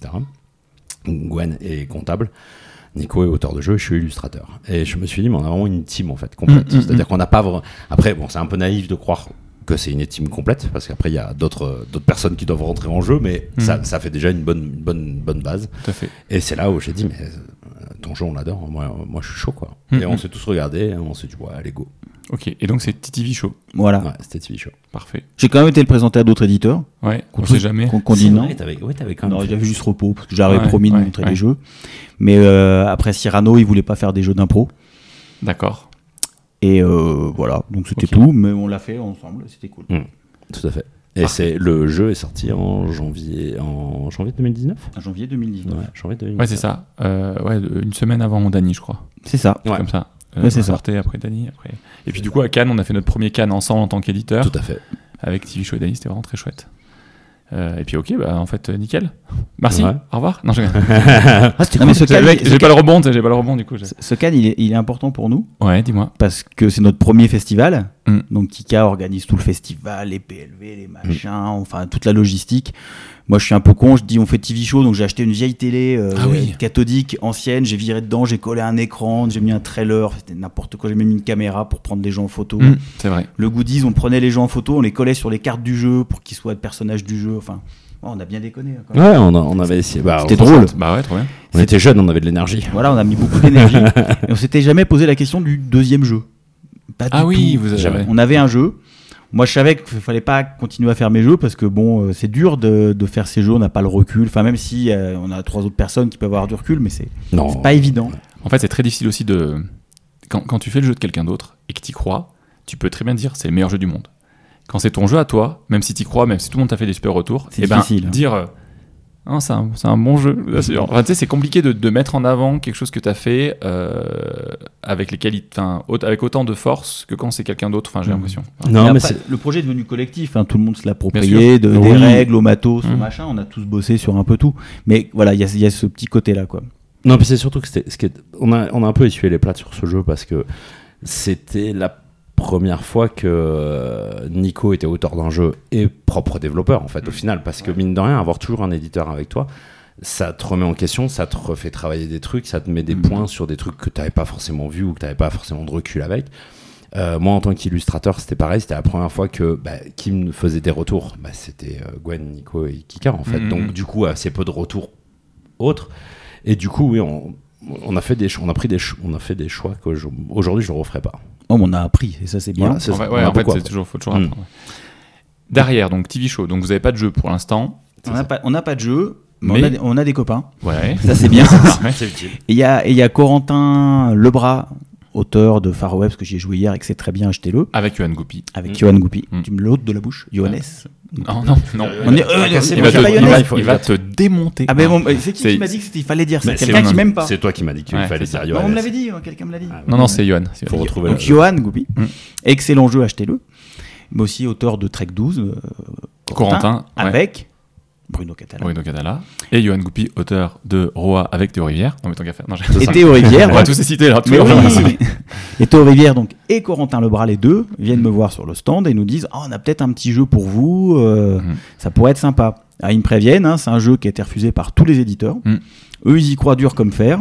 Gwen est comptable. Nico est auteur de jeu, je suis illustrateur. Et je me suis dit, mais on a vraiment une team en fait complète. C'est-à-dire qu'on n'a pas vraiment. Après, bon, c'est un peu naïf de croire que c'est une team complète, parce qu'après il y a d'autres personnes qui doivent rentrer en jeu, mais ça fait déjà une bonne base. Tout à fait. Et c'est là où j'ai dit: mais ton jeu on l'adore, moi je suis chaud quoi. Et on s'est tous regardés, on s'est dit: ouais, allez go. Ok, et donc c'est TV Show. Voilà. Ouais, c'était TV Show. Parfait. J'ai quand même été le présenter à d'autres éditeurs. Ouais, on sait jamais. Qu'on dit non. T'avais quand Non, même. j'avais juste repos, parce que j'avais promis de ouais, montrer des jeux. Mais après Cyrano, il voulait pas faire des jeux d'impro. D'accord. Et voilà, donc c'était Ok. tout, mais on l'a fait ensemble, c'était cool. Tout à fait. Et le jeu est sorti en janvier 2019. En janvier 2019. Ouais, janvier 2019. Ouais, c'est ça. Une semaine avant Dany, je crois. C'est ça. Ouais. Comme ça. Ouais, c'est on ça. sortait après Dany. Après. Et puis du coup, à Cannes, on a fait notre premier Cannes ensemble en tant qu'éditeur. Tout à fait. Avec TV Show et Dany, c'était vraiment très chouette. Et puis ok, bah en fait, nickel. Merci, Ouais. au revoir. Non, Non, mais ce Cannes, j'ai pas le rebond, du coup. ce Cannes, il est important pour nous, Ouais, dis-moi. parce que c'est notre premier festival. Mm. Donc Kika organise tout le festival, les PLV, les machins, enfin toute la logistique. Moi, je suis un peu con, je dis on fait TV Show, donc j'ai acheté une vieille télé cathodique ancienne, j'ai viré dedans, j'ai collé un écran, j'ai mis un trailer, c'était n'importe quoi, j'ai même mis une caméra pour prendre les gens en photo. C'est vrai. Le goodies, on prenait les gens en photo, on les collait sur les cartes du jeu pour qu'ils soient le personnage du jeu. Enfin, on a bien déconné. Quand même. Ouais, on avait essayé. C'était drôle. Bah ouais, trop bien. On était jeunes, on avait de l'énergie. Voilà, on a mis beaucoup d'énergie. Et on s'était jamais posé la question du deuxième jeu. Pas Ah du oui, tout. vous avez jamais. On avait un jeu. Moi, je savais qu'il fallait pas continuer à faire mes jeux parce que bon, c'est dur de faire ces jeux. On n'a pas le recul. Enfin, même si on a 3 autres personnes qui peuvent avoir du recul, mais c'est pas évident. En fait, c'est très difficile aussi de. Quand tu fais le jeu de quelqu'un d'autre et que tu y crois, tu peux très bien dire c'est le meilleur jeu du monde. Quand c'est ton jeu à toi, même si tu y crois, même si tout le monde t'a fait des super retours, C'est difficile. Dire non, c'est un bon jeu. Bien sûr. Enfin, tu sais, c'est compliqué de mettre en avant quelque chose que tu as fait avec les qualités, avec autant de force que quand c'est quelqu'un d'autre. Enfin, j'ai l'impression. Non, mais après, le projet est devenu collectif. Hein, tout le monde se l'a Bien approprié, des Oui. règles au matos, au machin. On a tous bossé sur un peu tout. Mais voilà, il y a ce petit côté-là, quoi. Non, puis c'est surtout que on a un peu essuyé les plâtres sur ce jeu parce que c'était la première fois que Nico était auteur d'un jeu et propre développeur en fait au final, parce que mine de rien, avoir toujours un éditeur avec toi, ça te remet en question, ça te refait travailler des trucs, ça te met des points sur des trucs que tu n'avais pas forcément vu ou que tu n'avais pas forcément de recul avec. Moi en tant qu'illustrateur c'était pareil, c'était la première fois que qui me faisait des retours, c'était Gwen, Nico et Kika en fait. Donc du coup assez peu de retours autres, et du coup oui, on a fait des choix qu'aujourd'hui je ne referai pas. Oh, on a appris, et ça c'est bien. Voilà, en fait, c'est toujours, faut toujours apprendre. Derrière, donc TV Show, donc vous n'avez pas de jeu pour l'instant. On n'a pas de jeu, mais on a des copains. Ouais. Ça c'est bien. C'est utile. Et il y a Corentin Lebras, auteur de Far Web, que j'y ai joué hier et que c'est très bien, achetez-le. Avec Yoann Goupy. Avec Johan Goupy. Tu me l'ôtes de la bouche, Johannes. Non. Il va te démonter. Ah ben bon, c'est qui m'a dit qu'il fallait dire ça? Quelqu'un qui m'aime pas. C'est toi qui m'as dit qu'il fallait dire Johannes. On me l'avait dit, quelqu'un me l'a dit. Non, c'est Yoann. Faut retrouver donc Johan Goupy. Excellent jeu, achetez-le. Mais aussi auteur de Trek 12. Corentin. Avec Bruno Catala. Et Yoann Goupy, auteur de Roa avec Théo Rivière. Non, mais tant qu'à faire. Et Théo Rivière. On va tous les citer là. Et Théo Rivière donc, et Corentin Lebras, les deux, viennent me voir sur le stand et nous disent on a peut-être un petit jeu pour vous, ça pourrait être sympa. Alors, ils me préviennent, c'est un jeu qui a été refusé par tous les éditeurs. Eux, ils y croient dur comme fer.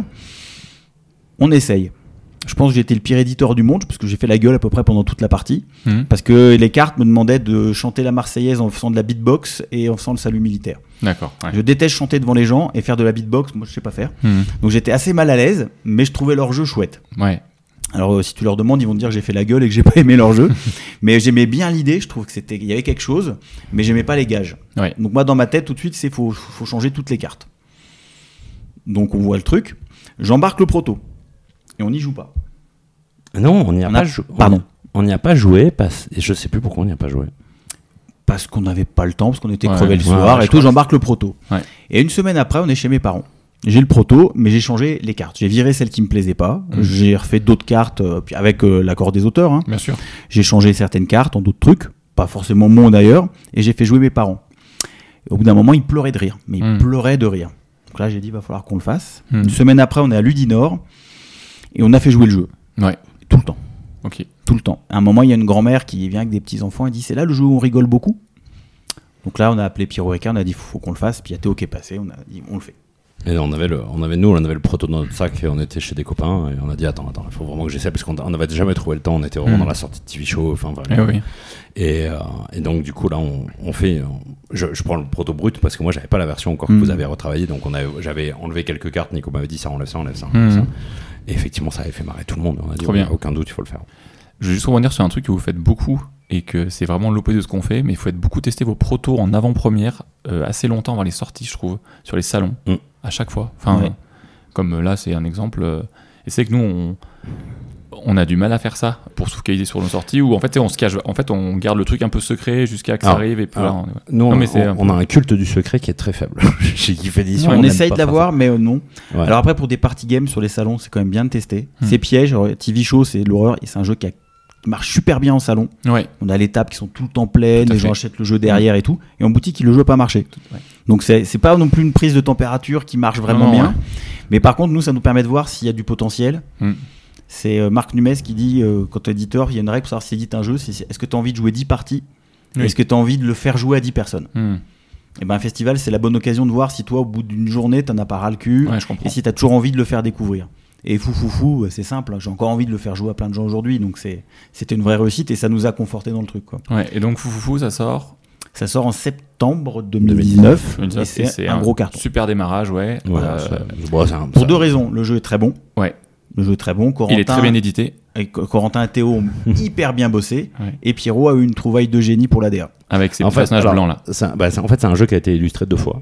On essaye. Je pense que j'ai été le pire éditeur du monde, parce que j'ai fait la gueule à peu près pendant toute la partie. Parce que les cartes me demandaient de chanter la Marseillaise en faisant de la beatbox et en faisant le salut militaire. D'accord. Ouais. Je déteste chanter devant les gens et faire de la beatbox, moi je sais pas faire. Donc j'étais assez mal à l'aise, mais je trouvais leur jeu chouette. Ouais. Alors si tu leur demandes, ils vont te dire que j'ai fait la gueule et que j'ai pas aimé leur jeu. Mais j'aimais bien l'idée, je trouve qu'il y avait quelque chose, mais j'aimais pas les gages. Ouais. Donc moi dans ma tête, tout de suite, faut changer toutes les cartes. Donc on voit le truc, j'embarque le proto et on n'y joue pas. Non, on n'y a pas joué. Pardon. On n'y a pas joué, et je sais plus pourquoi on n'y a pas joué. Parce qu'on n'avait pas le temps, parce qu'on était crevés le soir et tout, j'embarque le proto. Ouais. Et une semaine après, on est chez mes parents. J'ai le proto, mais j'ai changé les cartes. J'ai viré celles qui me plaisaient pas. J'ai refait d'autres cartes, puis avec l'accord des auteurs. Hein. Bien sûr. J'ai changé certaines cartes en d'autres trucs, pas forcément mon d'ailleurs, et j'ai fait jouer mes parents. Et au bout d'un moment, ils pleuraient de rire, mais ils pleuraient de rire. Donc là, j'ai dit, il va falloir qu'on le fasse. Une semaine après, on est à Ludinor, et on a fait jouer le jeu. Ouais. Tout le temps. Ok. Tout le temps. À un moment, il y a une grand-mère qui vient avec des petits-enfants et dit, c'est là le jeu où on rigole beaucoup. Donc là, on a appelé Pierrot Ricard, on a dit, faut qu'on le fasse. Puis il y a Théo qui est passé, on a dit, on le fait. Et on avait le proto dans notre sac et on était chez des copains et on a dit attends, il faut vraiment que j'essaie parce qu'on n'avait jamais trouvé le temps, on était vraiment dans la sortie de TV Show, enfin vraiment. Et donc du coup là on fait, je prends le proto brut parce que moi j'avais pas la version encore que vous avez retravaillé, donc j'avais enlevé quelques cartes, Nico m'avait dit ça, enlève ça. Et effectivement ça avait fait marrer tout le monde, on a dit aucun doute, il faut le faire. Je vais juste revenir sur un truc que vous faites beaucoup et que c'est vraiment l'opposé de ce qu'on fait, mais il faut être beaucoup tester vos protos en avant-première assez longtemps avant les sorties, je trouve, sur les salons, à chaque fois. Enfin, comme là, c'est un exemple. Et c'est que nous, on a du mal à faire ça pour se focaliser sur nos sorties, où en fait, on se cache. En fait, on garde le truc un peu secret jusqu'à que ça arrive. Et puis là, nous, on a un culte du secret qui est très faible. Chez Geek Edition, on essaye de l'avoir, mais non. Ouais. Alors après, pour des party games sur les salons, c'est quand même bien de tester. C'est piège. TV Show, c'est l'horreur, et c'est un jeu qui marche super bien en salon. Ouais. On a les tables qui sont tout le temps pleines, les gens achètent le jeu derrière et tout. Et en boutique, le jeu n'a pas marché. Donc c'est pas non plus une prise de température qui marche vraiment bien. Ouais. Mais par contre, nous, ça nous permet de voir s'il y a du potentiel. C'est Marc Numes qui dit, quand tu es éditeur, il y a une règle pour savoir si tu édites un jeu, est-ce que tu as envie de jouer 10 parties est-ce que tu as envie de le faire jouer à 10 personnes Et ben un festival, c'est la bonne occasion de voir si toi, au bout d'une journée, tu n'en as pas ras le cul, et si tu as toujours envie de le faire découvrir. Et fou, c'est simple, j'ai encore envie de le faire jouer à plein de gens aujourd'hui, donc c'était une vraie réussite et ça nous a conforté dans le truc, quoi. Ouais, et donc fou, ça sort en septembre 2019 et c'est un gros carton. Super démarrage, ouais. Pour deux raisons, le jeu est très bon. Ouais. Le jeu est très bon. Il est très bien édité. Et Corentin et Théo ont hyper bien bossé. Et Pierrot a eu une trouvaille de génie pour l'ADA. Avec ses personnages blancs là. En fait, c'est un jeu qui a été illustré 2 fois.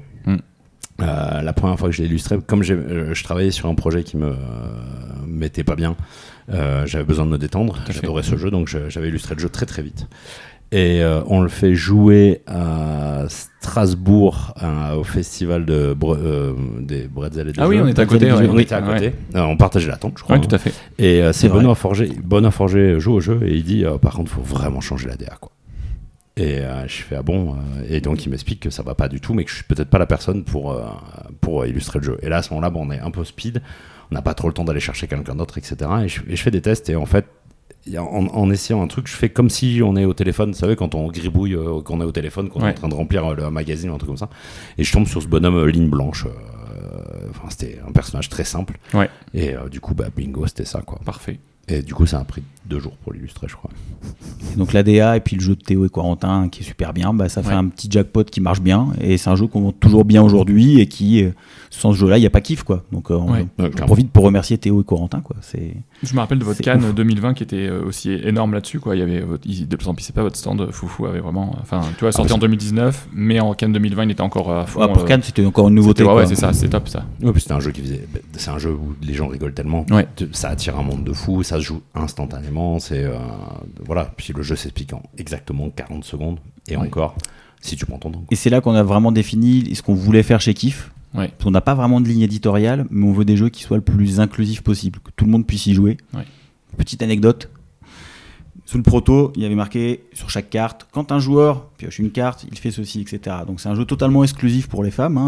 La première fois que je l'ai illustré, comme je travaillais sur un projet qui me mettait pas bien, j'avais besoin de me détendre. J'adorais ce jeu, donc j'avais illustré le jeu très très vite. Et on le fait jouer à Strasbourg au festival des Bretzel et des jeux. Oui, on était à côté. On était à côté. On partageait la tente, je crois. Oui, tout à fait. Et c'est Benoît Forger joue au jeu et il dit par contre, il faut vraiment changer la DA, quoi. Et je fais bon. Et donc il m'explique que ça va pas du tout, mais que je suis peut-être pas la personne pour illustrer le jeu. Et là, à ce moment-là, on est un peu speed. On n'a pas trop le temps d'aller chercher quelqu'un d'autre, etc. Et je fais des tests et en fait, en essayant un truc, je fais comme si on est au téléphone, vous savez, quand on gribouille, qu'on est au téléphone, qu'on est en train de remplir le magazine ou un truc comme ça, et je tombe sur ce bonhomme ligne blanche. C'était un personnage très simple, et du coup, bingo, c'était ça, quoi. Parfait. Et du coup, ça a pris 2 jours pour l'illustrer, je crois. Et donc l'ADA et puis le jeu de Théo et Corentin qui est super bien, ça fait un petit jackpot qui marche bien, et c'est un jeu qu'on vend toujours bien aujourd'hui, et qui, sans ce jeu-là, il n'y a pas kiff, quoi. Donc j'en profite pour remercier Théo et Corentin, quoi. Je me rappelle de votre Cannes 2020 qui était aussi énorme là-dessus, quoi. Il y avait, de plus en plus, c'est pas votre stand, Foufou avait vraiment, tu vois, sorti en 2019, mais en Cannes 2020 il était encore à fond. Pour Cannes c'était encore une nouveauté. C'est ça, c'est top ça. Ouais, puis c'était un jeu c'est un jeu où les gens rigolent tellement, ça attire un monde de fous, ça se joue instantanément, voilà. Puis le jeu s'explique en exactement 40 secondes et encore, si tu prends ton temps. Et c'est là qu'on a vraiment défini ce qu'on voulait faire chez Kiff. Parce qu'on n'a pas vraiment de ligne éditoriale, mais on veut des jeux qui soient le plus inclusifs possible, que tout le monde puisse y jouer. Petite anecdote, sous le proto, il y avait marqué sur chaque carte, quand un joueur pioche une carte, il fait ceci, etc. Donc c'est un jeu totalement exclusif pour les femmes.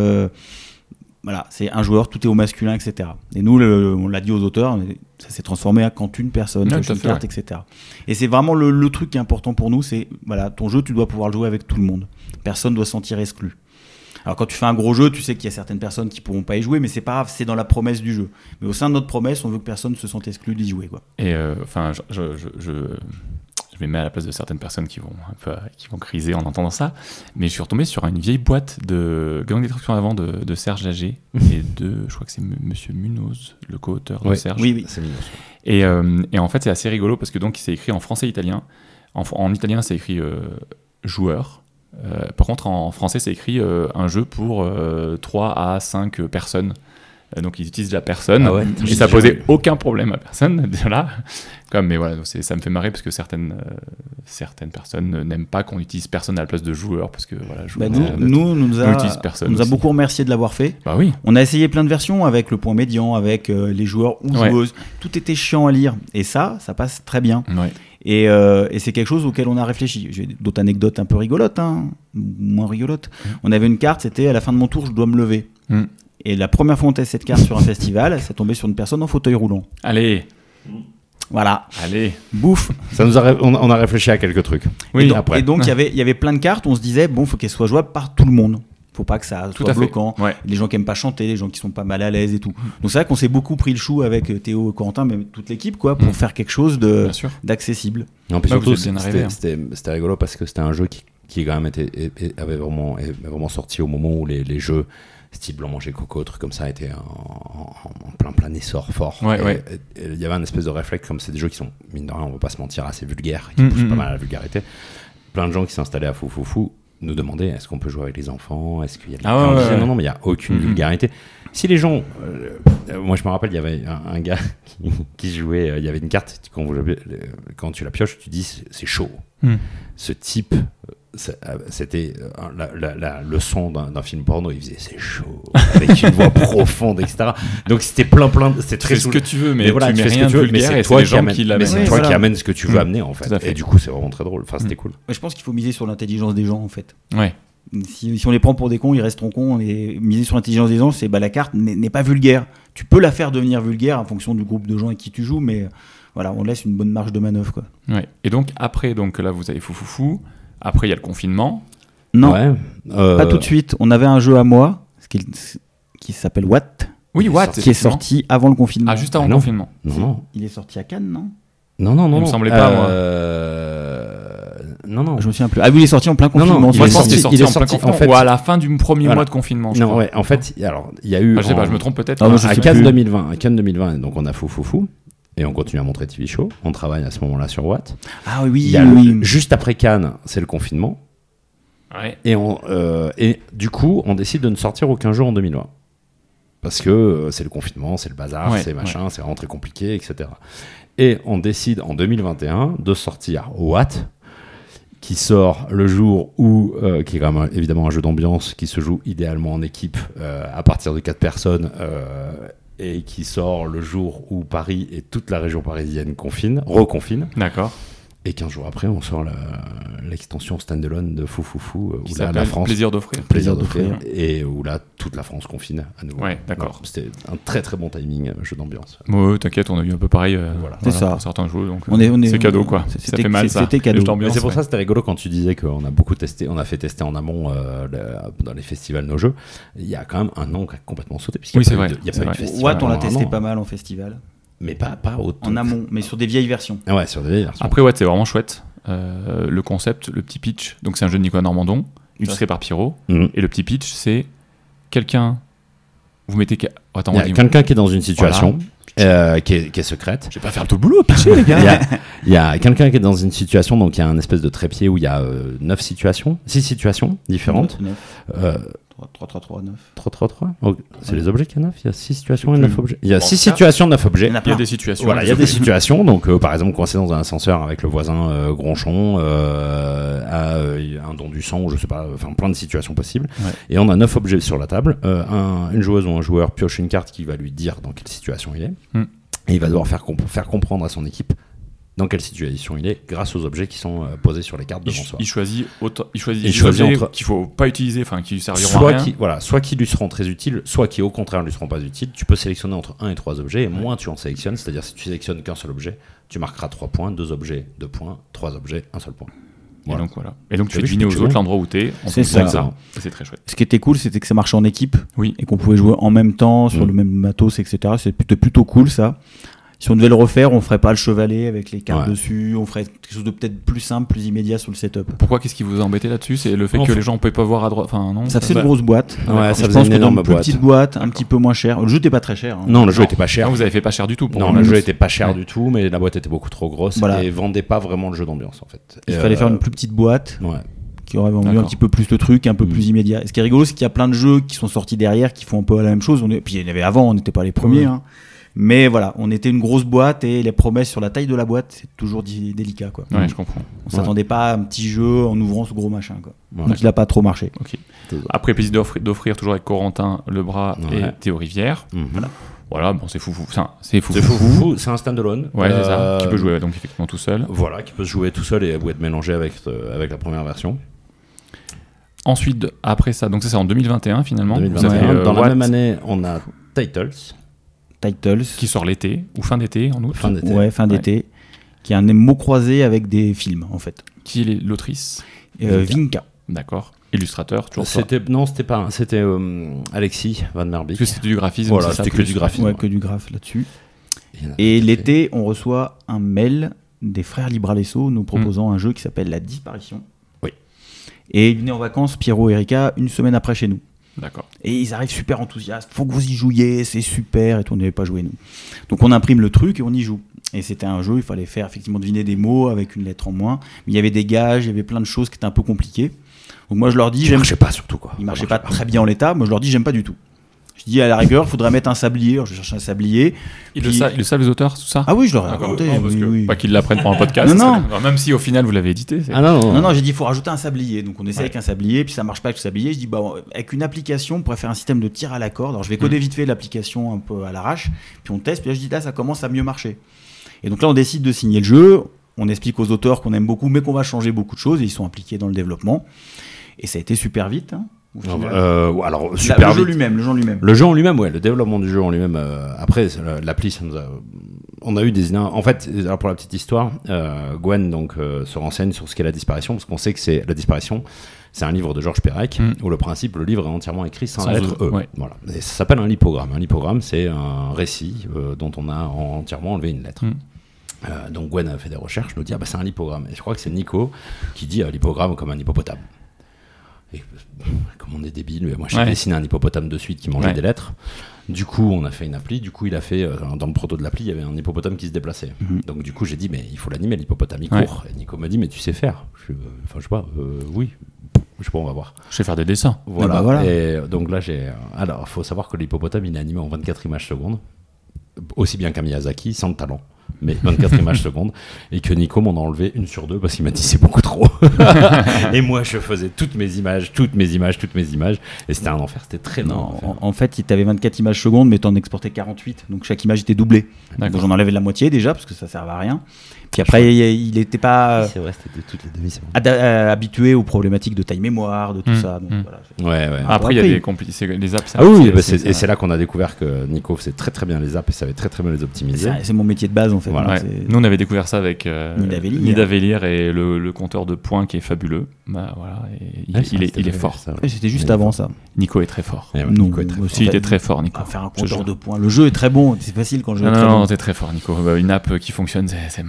Voilà, c'est un joueur, tout est au masculin, etc. Et nous, on l'a dit aux auteurs, ça s'est transformé à quand une personne pioche une carte, etc. Et c'est vraiment le truc qui est important pour nous, c'est voilà, ton jeu, tu dois pouvoir le jouer avec tout le monde. Personne ne doit se sentir exclu. Alors quand tu fais un gros jeu, tu sais qu'il y a certaines personnes qui pourront pas y jouer, mais c'est pas grave, c'est dans la promesse du jeu. Mais au sein de notre promesse, on veut que personne ne se sente exclu d'y jouer, quoi. Et je me mets à la place de certaines personnes qui vont criser en entendant ça, mais je suis retombé sur une vieille boîte de Gang d'Extraction avant de Serge Lager et je crois que c'est Monsieur Munoz, le co-auteur de Serge. Oui, c'est Munoz. Et en fait, c'est assez rigolo parce que donc c'est écrit en français et italien. En italien, c'est écrit joueur. Par contre, en français, c'est écrit un jeu pour 3 à 5 personnes. Donc, ils utilisent la personne et ça posait aucun problème à personne. Là. Mais voilà, ça me fait marrer parce que certaines personnes n'aiment pas qu'on utilise personne à la place de joueur parce que voilà, nous a beaucoup remercié de l'avoir fait. Bah oui. On a essayé plein de versions avec le point médian, avec les joueurs ou joueuses. Tout était chiant à lire et ça passe très bien. Ouais. Et c'est quelque chose auquel on a réfléchi. J'ai d'autres anecdotes un peu rigolotes, moins rigolotes. On avait une carte, c'était à la fin de mon tour, je dois me lever. Et la première fois qu'on testait cette carte sur un festival, ça tombait sur une personne en fauteuil roulant. Allez. Voilà. Allez. Bouffe. On a réfléchi à quelques trucs. Oui. Et donc il y avait plein de cartes. On se disait faut qu'elles soient jouables par tout le monde. Faut pas que ça soit bloquant. Les gens qui aiment pas chanter, les gens qui sont pas mal à l'aise et tout. Donc c'est vrai qu'on s'est beaucoup pris le chou avec Théo et Corentin, même toute l'équipe, quoi, pour faire quelque chose d'accessible. Non, puis surtout, c'était rigolo parce que c'était un jeu qui quand même avait vraiment sorti au moment où les jeux style Blanc Manger Coco, trucs comme ça, étaient en plein essor fort. Il y avait un espèce de réflexe, comme c'est des jeux qui sont, mine de rien, on va pas se mentir, assez vulgaires, qui poussent pas mal à la vulgarité. Plein de gens qui s'installaient à Fou nous demandaient est-ce qu'on peut jouer avec les enfants, est-ce qu'il y a non, mais il y a aucune vulgarité. Si les gens, moi je me rappelle, il y avait un gars qui jouait, il y avait une carte, quand tu la pioches, tu dis c'est chaud. Ce type, c'était le son d'un film porno, il faisait c'est chaud, avec une voix profonde, etc. Donc c'était plein, c'est très ce que tu veux, mais voilà, tu mets rien de vulgaire et c'est les gens qui l'amènent. C'est toi qui amènes ce que tu veux amener en fait. Et du coup c'est vraiment très drôle, enfin c'était cool. Je pense qu'il faut miser sur l'intelligence des gens en fait. Ouais. Si on les prend pour des cons, ils resteront cons. Et miser sur l'intelligence des gens, c'est la carte n'est pas vulgaire. Tu peux la faire devenir vulgaire en fonction du groupe de gens avec qui tu joues, mais voilà, on laisse une bonne marge de manœuvre, quoi. Ouais. Et donc après, là vous avez Fou. Après il y a le confinement. Non, pas tout de suite. On avait un jeu à moi qui s'appelle Watt. Oui, Watt, qui est sorti avant le confinement. Ah, juste avant le confinement. Non. Il est sorti à Cannes, non ? Non. Il me semblait pas, moi. Non. Je me souviens plus. Ah oui, il est sorti en plein confinement. Moi, je pense qu'il est sorti en plein confinement, en fait, ou à la fin du premier mois de confinement. Non, ouais, en fait, alors, il y a eu. Je sais pas, je me trompe peut-être. À Cannes 2020, donc on a Fou. Et on continue à montrer TV Show. On travaille à ce moment-là sur Watt. Ah oui. Juste après Cannes, c'est le confinement. Ouais. Et du coup, on décide de ne sortir aucun jeu en 2020. Parce que c'est le confinement, c'est le bazar, c'est machin, c'est vraiment très compliqué, etc. Et on décide en 2021 de sortir Watt, qui sort le jour où, qui est quand même évidemment un jeu d'ambiance qui se joue idéalement en équipe à partir de 4 personnes, et qui sort le jour où Paris et toute la région parisienne reconfine. D'accord. Et 15 jours après, on sort l'extension standalone de Fou, où là, la France... Plaisir d'offrir. Et où là, toute la France confine à nouveau. Ouais, d'accord. Alors, c'était un très très bon timing, jeu d'ambiance. Ouais, t'inquiète, on a eu un peu pareil. C'est ça. Pour certains jeux, donc c'est cadeau, quoi. Ça fait mal, ça. C'était cadeau. Mais c'est pour ça que c'était rigolo quand tu disais qu'on a beaucoup testé, on a fait tester en amont dans les festivals nos jeux. Il y a quand même un nom qui a complètement sauté. Oui, c'est vrai. Watt, on l'a testé pas mal en festival. Mais pas autant. En amont, mais sur des vieilles versions. Ouais, sur des vieilles versions. Après, Watt, c'est vraiment chouette. Le concept, le petit pitch, donc c'est un jeu de Nicolas Normandon, illustré par Pierrot. Et le petit pitch, c'est quelqu'un. Vous mettez. Attends, il y a quelqu'un qui est dans une situation qui est secrète. Je vais pas faire tout le boulot, pitcher, les gars. Il y a quelqu'un qui est dans une situation, donc il y a un espèce de trépied où il y a 6 situations différentes. 3, 9. 3. Oh, c'est les objets qu'il y a 9. Il y a 6 situations et 9 objets. Il y a 6 situations, 9 objets. Il y a des situations. Voilà, il y a des situations. Donc, par exemple, coincé dans un ascenseur avec le voisin Gronchon, un don du sang, ou je sais pas, enfin plein de situations possibles. Ouais. Et on a 9 objets sur la table. Une joueuse ou un joueur pioche une carte qui va lui dire dans quelle situation il est. Et il va devoir faire comprendre à son équipe dans quelle situation il est grâce aux objets qui sont posés sur les cartes devant soi. Il choisit des objets qu'il faut pas utiliser, enfin qui lui serviront à rien. Soit qui lui seront très utiles, soit qui au contraire lui seront pas utiles. Tu peux sélectionner entre 1 et 3 objets, et moins tu en sélectionnes, c'est-à-dire si tu sélectionnes qu'un seul objet, tu marqueras 3 points, 2 objets, 2 points, 3 objets, 1 seul point. Voilà. Et donc tu fais deviner aux autres l'endroit où t'es. C'est ça. Et c'est très chouette. Ce qui était cool, c'était que ça marchait en équipe, oui, et qu'on pouvait jouer en même temps sur le même matos, etc. C'était plutôt cool ça. Si on devait le refaire, on ferait pas le chevalet avec les cartes dessus, on ferait quelque chose de peut-être plus simple, plus immédiat sur le setup. Pourquoi ? Qu'est-ce qui vous a embêté là-dessus ? C'est le fait que les gens ne pouvaient pas voir à droite. Enfin, non. Ça faisait une grosse boîte. Ouais, ça faisait une énorme boîte. Une petite boîte, un petit peu moins cher. Le jeu n'était pas très cher. Non, le jeu n'était pas cher. Non, vous avez fait pas cher du tout. Non, le jeu n'était pas cher du tout, mais la boîte était beaucoup trop grosse et vendait pas vraiment le jeu d'ambiance en fait. Il fallait faire une plus petite boîte. Qui aurait vendu un petit peu plus le truc, un peu plus immédiat. Et ce qui est rigolo, c'est qu'il y a plein de jeux qui sont sortis derrière, qui font un peu la même chose. Puis il y en avait avant, on n'était pas les premiers. Mais voilà, on était une grosse boîte et les promesses sur la taille de la boîte, c'est toujours délicat, quoi. Ouais, je comprends. On s'attendait pas à un petit jeu en ouvrant ce gros machin, quoi. Donc il a pas trop marché. Okay. Après, plaisir d'offrir toujours avec Corentin Lebras et Théo Rivière. Voilà, bon, c'est fou. C'est un standalone. Ouais, c'est ça. Qui peut jouer donc effectivement tout seul. Voilà, qui peut se jouer tout seul et être mélangé avec la première version. Ensuite, après ça, donc ça c'est en 2021 finalement. 2021. Dans la même année, on a Titles qui sort l'été ou fin d'été en août. Fin d'été, qui est un mot croisé avec des films en fait. Qui est l'autrice ? Vinka. D'accord. Illustrateur, toujours. C'était Alexis Van Merbeek. Parce que c'était du graphisme. Voilà, c'était que du graphisme. Ouais, que du graphe là-dessus. Et l'été, on reçoit un mail des frères Libralesso nous proposant un jeu qui s'appelle La Disparition. Oui. Et il venait en vacances, Pierrot et Erika, une semaine après chez nous. D'accord. Et ils arrivent super enthousiastes, faut que vous y jouiez, c'est super, et tout, on n'avait pas joué nous. Donc on imprime le truc et on y joue. Et c'était un jeu, il fallait faire effectivement deviner des mots avec une lettre en moins. Mais il y avait des gages, il y avait plein de choses qui étaient un peu compliquées. Donc moi je leur dis... Il marchait pas surtout quoi. Il marchait pas très bien en l'état, moi je leur dis j'aime pas du tout. Je dis à la rigueur, il faudrait mettre un sablier. Alors, je cherche un sablier. Ils le savent les auteurs, tout ça? Ah oui, je leur ai D'accord. raconté. Non, parce que oui. pas qu'ils l'apprennent pendant le podcast. Non. Même si au final vous l'avez édité. Ah non, j'ai dit il faut rajouter un sablier. Donc on essaie avec un sablier, puis ça marche pas avec le sablier. Je dis avec une application, on pourrait faire un système de tir à la corde. Alors je vais coder vite fait l'application un peu à l'arrache, puis on teste. Puis là je dis là ça commence à mieux marcher. Et donc là on décide de signer le jeu. On explique aux auteurs qu'on aime beaucoup, mais qu'on va changer beaucoup de choses. Et ils sont impliqués dans le développement. Et ça a été super vite. Alors super le jeu vite. lui-même. Le jeu en lui-même, ouais, le développement du jeu en lui-même. Après, l'appli, on a eu des idées. En fait, alors pour la petite histoire, Gwen donc se renseigne sur ce qu'est la disparition, parce qu'on sait que la disparition. C'est un livre de Georges Perec où le livre est entièrement écrit sans la lettre E. Ouais. Voilà. Et ça s'appelle un lipogramme. Un lipogramme, c'est un récit dont on a entièrement enlevé une lettre. Donc Gwen a fait des recherches, nous dit c'est un lipogramme. Et je crois que c'est Nico qui dit lipogramme comme un hippopotame. Et comme on est débile, moi j'ai dessiné un hippopotame de suite qui mangeait des lettres. Du coup, on a fait une appli. Du coup, il a fait dans le proto de l'appli, il y avait un hippopotame qui se déplaçait. Donc du coup, j'ai dit mais il faut l'animer l'hippopotame, il court. Et Nico m'a dit mais tu sais faire. Je sais pas. Oui. Je sais pas, on va voir. Je sais faire des dessins. Voilà. Et donc là, alors, faut savoir que l'hippopotame, il est animé en 24 images secondes, aussi bien qu'un Miyazaki, sans le talent. Mais 24 images secondes, et que Nico m'en a enlevé 1 sur 2 parce qu'il m'a dit c'est beaucoup trop. Et moi je faisais toutes mes images, et c'était un enfer, c'était très long. En fait, tu avais 24 images secondes, mais tu en exportais 48, donc chaque image était doublée. Donc j'en enlevais la moitié déjà parce que ça servait à rien. Puis après, il n'était pas toutes les demi-secondes. Habitué aux problématiques de taille mémoire, de tout ça. Donc, voilà. Ouais. Après, il y a les apps. Et c'est là qu'on a découvert que Nico faisait très très bien les apps et savait très très bien les optimiser. C'est mon métier de base en fait. Voilà. Nous, on avait découvert ça avec Nidavellir et le compteur de points qui est fabuleux. Voilà, il est fort. C'était juste avant ça. Nico est très fort. Il était très fort, Nico. Faire un compteur de points. Le jeu est très bon. C'est facile quand le jeu est très bon. Non, t'es très fort, Nico. Une app qui fonctionne, c'est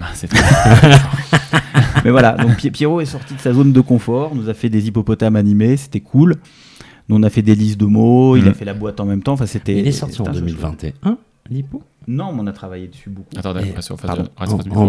Mais voilà, donc Pierrot est sorti de sa zone de confort, nous a fait des hippopotames animés, c'était cool. Nous on a fait des listes de mots, il a fait la boîte en même temps. Enfin, il est sorti en 2021, l'hippo ? Non, mais on a travaillé dessus beaucoup. Attendez, en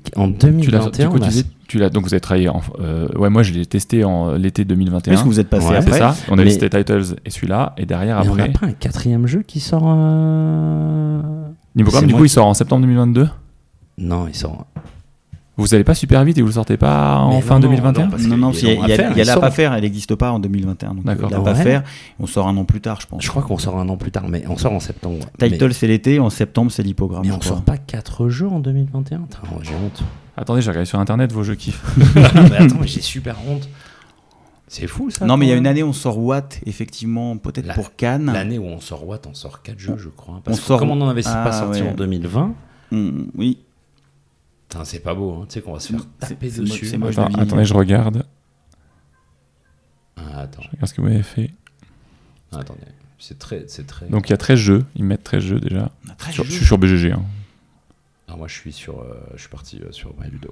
2021, donc vous avez travaillé moi je l'ai testé en l'été 2021. Est-ce que vous êtes passé après? C'est ça. On a listé Titles et celui-là, et derrière après. On n'a pas un 4e jeu qui sort. Nibogramme, du coup, il sort en septembre 2022. Non, il sort. Vous allez pas super vite et vous le sortez pas en fin 2021? Non, il y a la pas faire, elle n'existe pas en 2021. Donc d'accord. La pas faire, on sort 1 an plus tard, je pense. Je crois qu'on sort 1 an plus tard, mais on sort en septembre. Title c'est l'été, en septembre c'est l'hippogramme. Mais on sort pas 4 jeux en 2021. J'ai honte. Attendez, j'ai regardé sur internet vos jeux kiffent. Mais attends, j'ai super honte. C'est fou ça. Non, mais il y a une année où on sort Watt, effectivement, peut-être pour Cannes. L'année où on sort Watt, on sort 4 jeux, je crois. Parce que comme on en avait pas sorti en 2020. Oui. Putain, c'est pas beau, hein. Tu sais qu'on va se faire taper dessus. Attendez, je regarde. Attends. Je regarde ce que vous avez fait. Attendez, c'est très. Donc il y a 13 jeux, ils mettent 13 jeux déjà. Je suis sur BGG. Hein. Alors moi je suis parti sur MyLudo.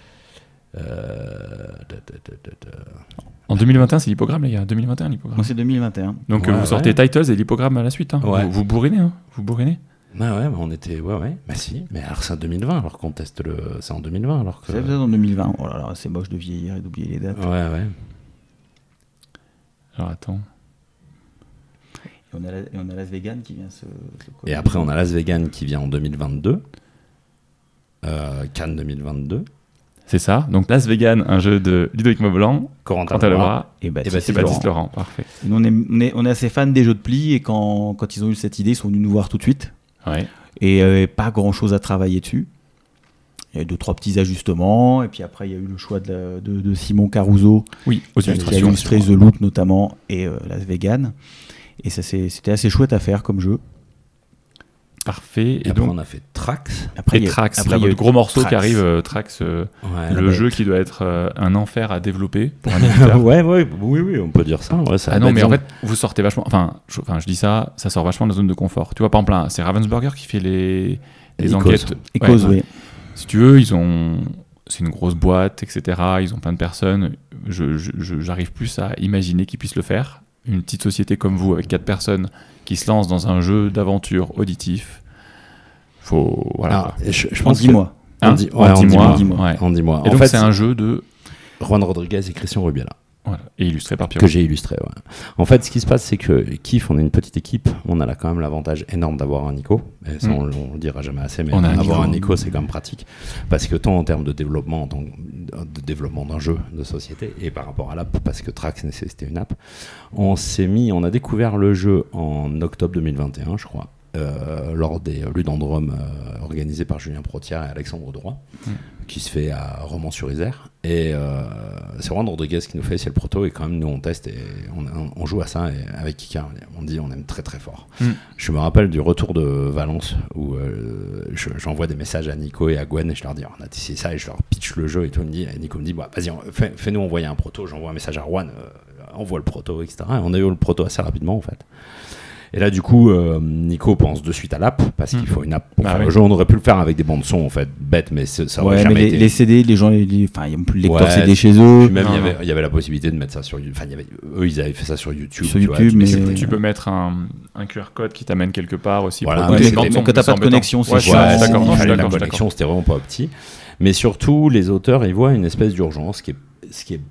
En 2021, c'est l'hippogramme, les gars. 2021, l'hippogramme. Moi, c'est 2021. Donc vous sortez Titles et l'hippogramme à la suite. Hein. Ouais. Vous bourrinez, hein. Vous bourrinez. On était. Ouais. Bah si. Mais alors c'est en 2020, alors qu'on teste c'est en 2020. Alors que... C'est peut-être en 2020. Oh là là, c'est moche de vieillir et d'oublier les dates. Ouais. Alors attends. Et on a Las Vegas qui vient se et après, on a Las Vegas qui vient en 2022. Cannes 2022. C'est ça. Donc Las Vegas, un jeu de Ludovic Maublanc, Corentin Leroy et Baptiste Laurent. Parfait. Et nous, on est assez fans des jeux de pli, et quand ils ont eu cette idée, ils sont venus nous voir tout de suite. Ouais. Et pas grand chose à travailler dessus. Il y a eu 2-3 petits ajustements, et puis après il y a eu le choix de Simon Caruso, qui a illustré The Loot notamment, et Las Vegas. Et ça c'était assez chouette à faire comme jeu. Parfait. Et après, on a fait Trax. Trax, il y a le gros morceau qui arrive, Trax, le jeu qui doit être un enfer à développer pour un éditeur. Oui, on peut dire ça. Non, mais en fait, vous sortez vachement. Je dis ça sort vachement de la zone de confort. Tu vois, par exemple, c'est Ravensburger qui fait les enquêtes. Si tu veux, c'est une grosse boîte, etc. Ils ont plein de personnes. J'arrive plus à imaginer qu'ils puissent le faire. une petite société comme vous, avec 4 personnes, qui se lance dans un jeu d'aventure auditif, faut... Voilà. Je pense 10 mois. En 10 mois. Ouais. En 10 mois. Et en donc, fait, c'est un jeu de... Juan Rodriguez et Christian Rubiala. Voilà. Et illustré par Pierrot. Que j'ai illustré, ouais. En fait, ce qui se passe, c'est que Kif, on est une petite équipe. On a là quand même l'avantage énorme d'avoir un Nico. Et ça, on le dira jamais assez, mais avoir un Nico, c'est quand même pratique. Parce que tant en termes de développement, de développement d'un jeu de société, et par rapport à l'app, parce que Trax nécessitait une app, on a découvert le jeu en octobre 2021, je crois. Lors des Ludandromes organisés par Julien Protière et Alexandre Droit, qui se fait à Romans-sur-Isère. Et c'est Juan Rodriguez qui nous fait essayer le proto, et quand même nous on teste et on joue à ça, et avec Kika on dit on aime très très fort. Je me rappelle du retour de Valence où j'envoie des messages à Nico et à Gwen et je leur dis on a essayé ça, et je leur pitch le jeu et tout. Et Nico me dit bah, vas-y fais-nous envoyer un proto. J'envoie un message à Juan, envoie le proto, etc. Et on a eu le proto assez rapidement en fait. Et là, du coup, Nico pense de suite à l'app, parce qu'il faut une app pour faire le jeu. On aurait pu le faire avec des bandes son, en fait, bêtes, mais ça aurait jamais été... Les CD, les gens, il n'y a plus de lecteurs CD chez eux. Puis même, il y avait la possibilité de mettre ça sur... Enfin, eux, ils avaient fait ça sur YouTube. Tu peux mettre un QR code qui t'amène quelque part aussi. Voilà, mais quand tu n'as pas de connexion, c'est chiant. La connexion, c'était vraiment pas petit. Mais surtout, les auteurs, ils voient une espèce d'urgence, ce qui est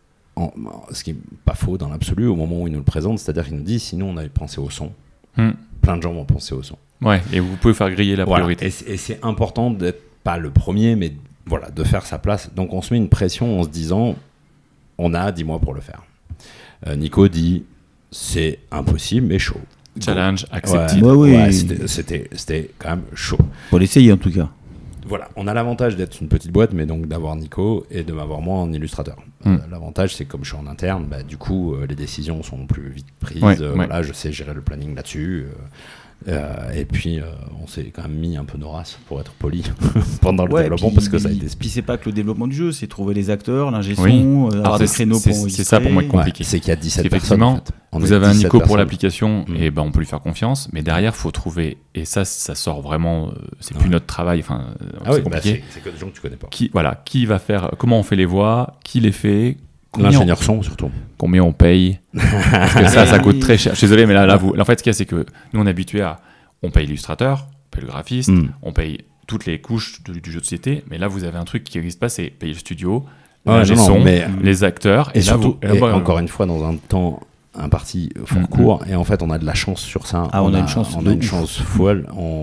pas faux dans l'absolu au moment où ils nous le présentent, c'est-à-dire qu'ils nous disent sinon on avait pensé au son. Plein de gens vont penser au son. Ouais, et vous pouvez faire griller la priorité. Et c'est important d'être pas le premier, mais voilà, de faire sa place. Donc on se met une pression en se disant on a 10 mois pour le faire. Nico dit c'est impossible mais chaud. Challenge accepté. C'était quand même chaud. Faut l'essayer en tout cas. Voilà, on a l'avantage d'être une petite boîte, mais donc d'avoir Nico et de m'avoir moi en illustrateur. L'avantage, c'est que comme je suis en interne, bah, du coup, les décisions sont plus vite prises. Voilà, je sais gérer le planning là-dessus. Et puis, on s'est quand même mis un peu nos races, pour être poli, pendant le développement, parce que ça a été... Puis c'est pas que le développement du jeu, c'est trouver les acteurs, l'ingé son, avoir des créneaux pour enregistrer. C'est ça pour moi qui est compliqué. C'est qu'il y a 17 personnes, en fait. Vous avez un Nico pour l'application, et ben on peut lui faire confiance, mais derrière, il faut trouver, et ça sort vraiment, c'est plus notre travail, c'est compliqué. C'est que des gens que tu connais pas. Qui va faire, comment on fait les voix, qui les fait, l'ingénieur son surtout. Combien on paye? Parce que ça coûte très cher. Je suis désolé, mais là, en fait, ce qu'il y a, c'est que nous, on est habitué à, on paye l'illustrateur, on paye le graphiste, on paye toutes les couches du jeu de société, mais là, vous avez un truc qui n'existe pas, c'est payer le studio, l'ingé son, les acteurs, et surtout, encore une fois, dans un temps imparti fort court, et en fait, on a de la chance sur ça. On a une chance. On a une chance folle.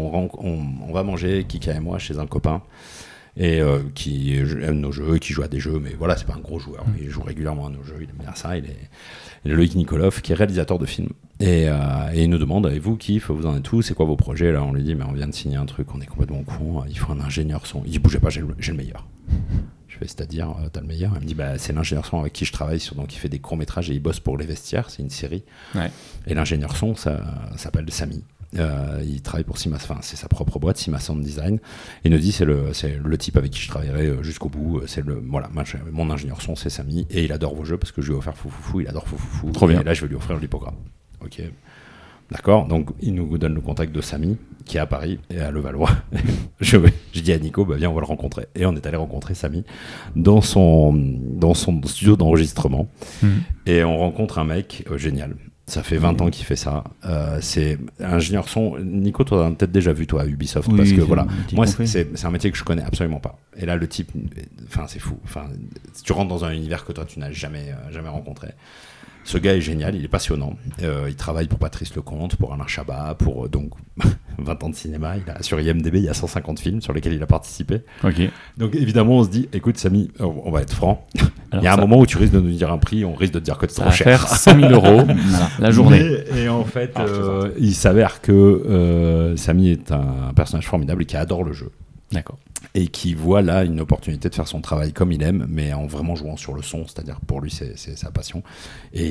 On va manger, Kika et moi, chez un copain. Et qui aime nos jeux, qui joue à des jeux, mais voilà, c'est pas un gros joueur, il joue régulièrement à nos jeux, il aime bien ça. Il est Loïc Nikolov, qui est réalisateur de films, et il nous demande, et vous, Kif, vous en êtes où, c'est quoi vos projets? Là, on lui dit, mais on vient de signer un truc, on est complètement con, il faut un ingénieur son. Il dit, bougez pas, j'ai le meilleur. Je fais, c'est-à-dire, t'as le meilleur? Il me dit, bah, c'est l'ingénieur son avec qui je travaille, donc il fait des courts-métrages et il bosse pour Les Vestiaires, c'est une série. Ouais. Et l'ingénieur son, ça s'appelle Samy. Il travaille pour Sima, c'est sa propre boîte, Sima Sound Design. Il nous dit c'est le type avec qui je travaillerai jusqu'au bout. Mon ingénieur son, c'est Samy, et il adore vos jeux parce que je lui ai offert Foufoufou, il adore Foufoufou. Trop bien. Et là, je vais lui offrir l'hypogramme. Ok, d'accord. Donc il nous donne le contact de Samy qui est à Paris et à Levallois. je dis à Nico, bah viens, on va le rencontrer. Et on est allé rencontrer Samy dans son studio d'enregistrement. Et on rencontre un mec génial. Ça fait 20 ans qu'il fait ça. C'est ingénieur son. Nico, tu as peut-être déjà vu, toi, à Ubisoft. Parce que voilà, moi, c'est un métier que je connais absolument pas. Et là, le type, c'est fou. Tu rentres dans un univers que toi, tu n'as jamais rencontré. Ce gars est génial, il est passionnant. Il travaille pour Patrice Lecomte, pour Alain Chabat, pour donc 20 ans de cinéma. Sur IMDb, il y a 150 films sur lesquels il a participé. Okay. Donc évidemment, on se dit, écoute Samy, on va être franc. Il y a un moment où tu risques de nous dire un prix, on risque de te dire que c'est trop cher. Faire 100 000 € la journée. Et en fait, il s'avère que Samy est un personnage formidable et qui adore le jeu. D'accord. Et qui voit là une opportunité de faire son travail comme il aime, mais en vraiment jouant sur le son, c'est-à-dire pour lui c'est sa passion. Et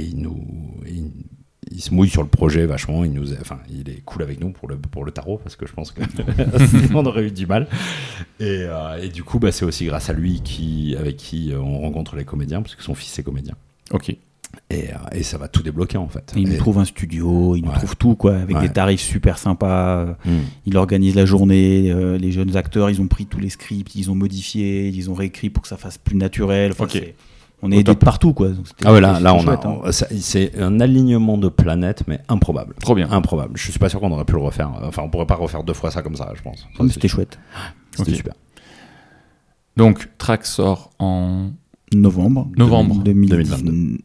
il se mouille sur le projet vachement, il est cool avec nous pour le tarot, parce que je pense que sinon on aurait eu du mal. Et du coup, c'est aussi grâce à lui avec qui on rencontre les comédiens, parce que son fils est comédien. Ok. Et ça va tout débloquer en fait. Il nous trouve un studio, il nous trouve tout quoi, avec des tarifs super sympas. Il organise la journée, les jeunes acteurs, ils ont pris tous les scripts, ils ont modifié, ils ont réécrit pour que ça fasse plus naturel. Enfin, on est aidé de partout, quoi. Donc, là, on a, c'est un alignement de planètes, mais improbable. Trop bien. Improbable. Je suis pas sûr qu'on aurait pu le refaire. Enfin, on pourrait pas refaire 2 fois ça comme ça, je pense. Ça, c'était chouette. C'était super. Donc, Trax sort en novembre 2022.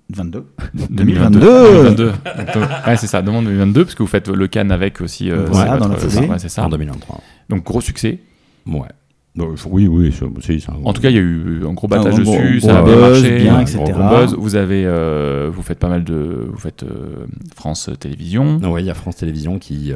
2022. Ouais, c'est ça, novembre 2022, parce que vous faites le Cannes avec aussi. Dans la foulée. C'est ça. En 2023. Donc, gros succès. Ouais. Oui, en tout cas, il y a eu un gros battage dessus, ça a bien marché, bien, etc. Gros buzz. Vous faites pas mal vous faites France Télévisions. Oui, il y a France Télévisions qui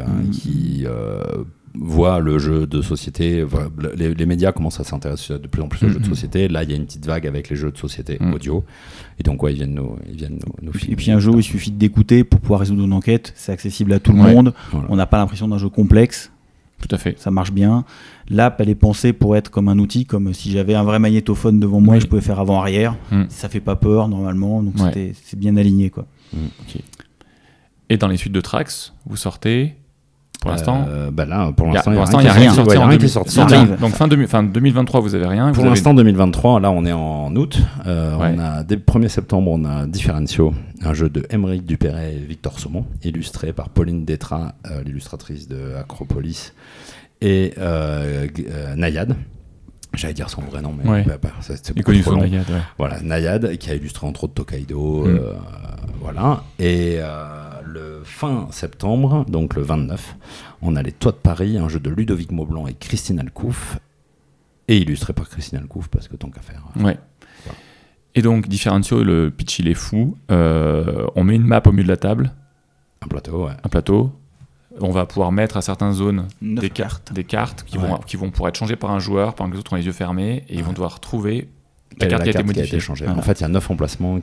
voit le jeu de société. Les médias commencent à s'intéresser de plus en plus aux jeux de société. Là, il y a une petite vague avec les jeux de société audio. Et donc, ils viennent nous filmer. Et puis un jeu où il suffit d'écouter pour pouvoir résoudre une enquête. C'est accessible à tout le monde. Voilà. On n'a pas l'impression d'un jeu complexe. Tout à fait. Ça marche bien. L'app, elle est pensée pour être comme un outil, comme si j'avais un vrai magnétophone devant moi et je pouvais faire avant-arrière. Ça fait pas peur normalement, donc c'est bien aligné, quoi. Okay. Et dans les suites de Trax, vous sortez pour l'instant là, pour l'instant, il n'y a rien qui est sorti. Donc fin 2023, vous avez rien. Pour l'instant, 2023, là, on est en août. On a, dès le 1er septembre, on a Differentio, un jeu de Émeric Dupéret et Victor Saumon, illustré par Pauline Détra, l'illustratrice de Acropolis, et Nayad. J'allais dire son vrai nom, mais c'est beaucoup trop long. Nayad, Voilà, Nayad, qui a illustré entre autres Tokaido. Voilà. Et le fin septembre, donc le 29, on a Les Toits de Paris, un jeu de Ludovic Maublanc et Christine Alcouf, et illustré par Christine Alcouf, parce que tant qu'à faire. Ouais. Voilà. Et donc, Differentio, le pitch, il est fou. On met une map au milieu de la table. Un plateau, ouais. Un plateau. On va pouvoir mettre à certaines zones des cartes qui vont pouvoir être changées par un joueur, pendant que les autres ont les yeux fermés, et ils vont devoir trouver la carte qui a été modifiée. Voilà. En fait, il y a 9 emplacements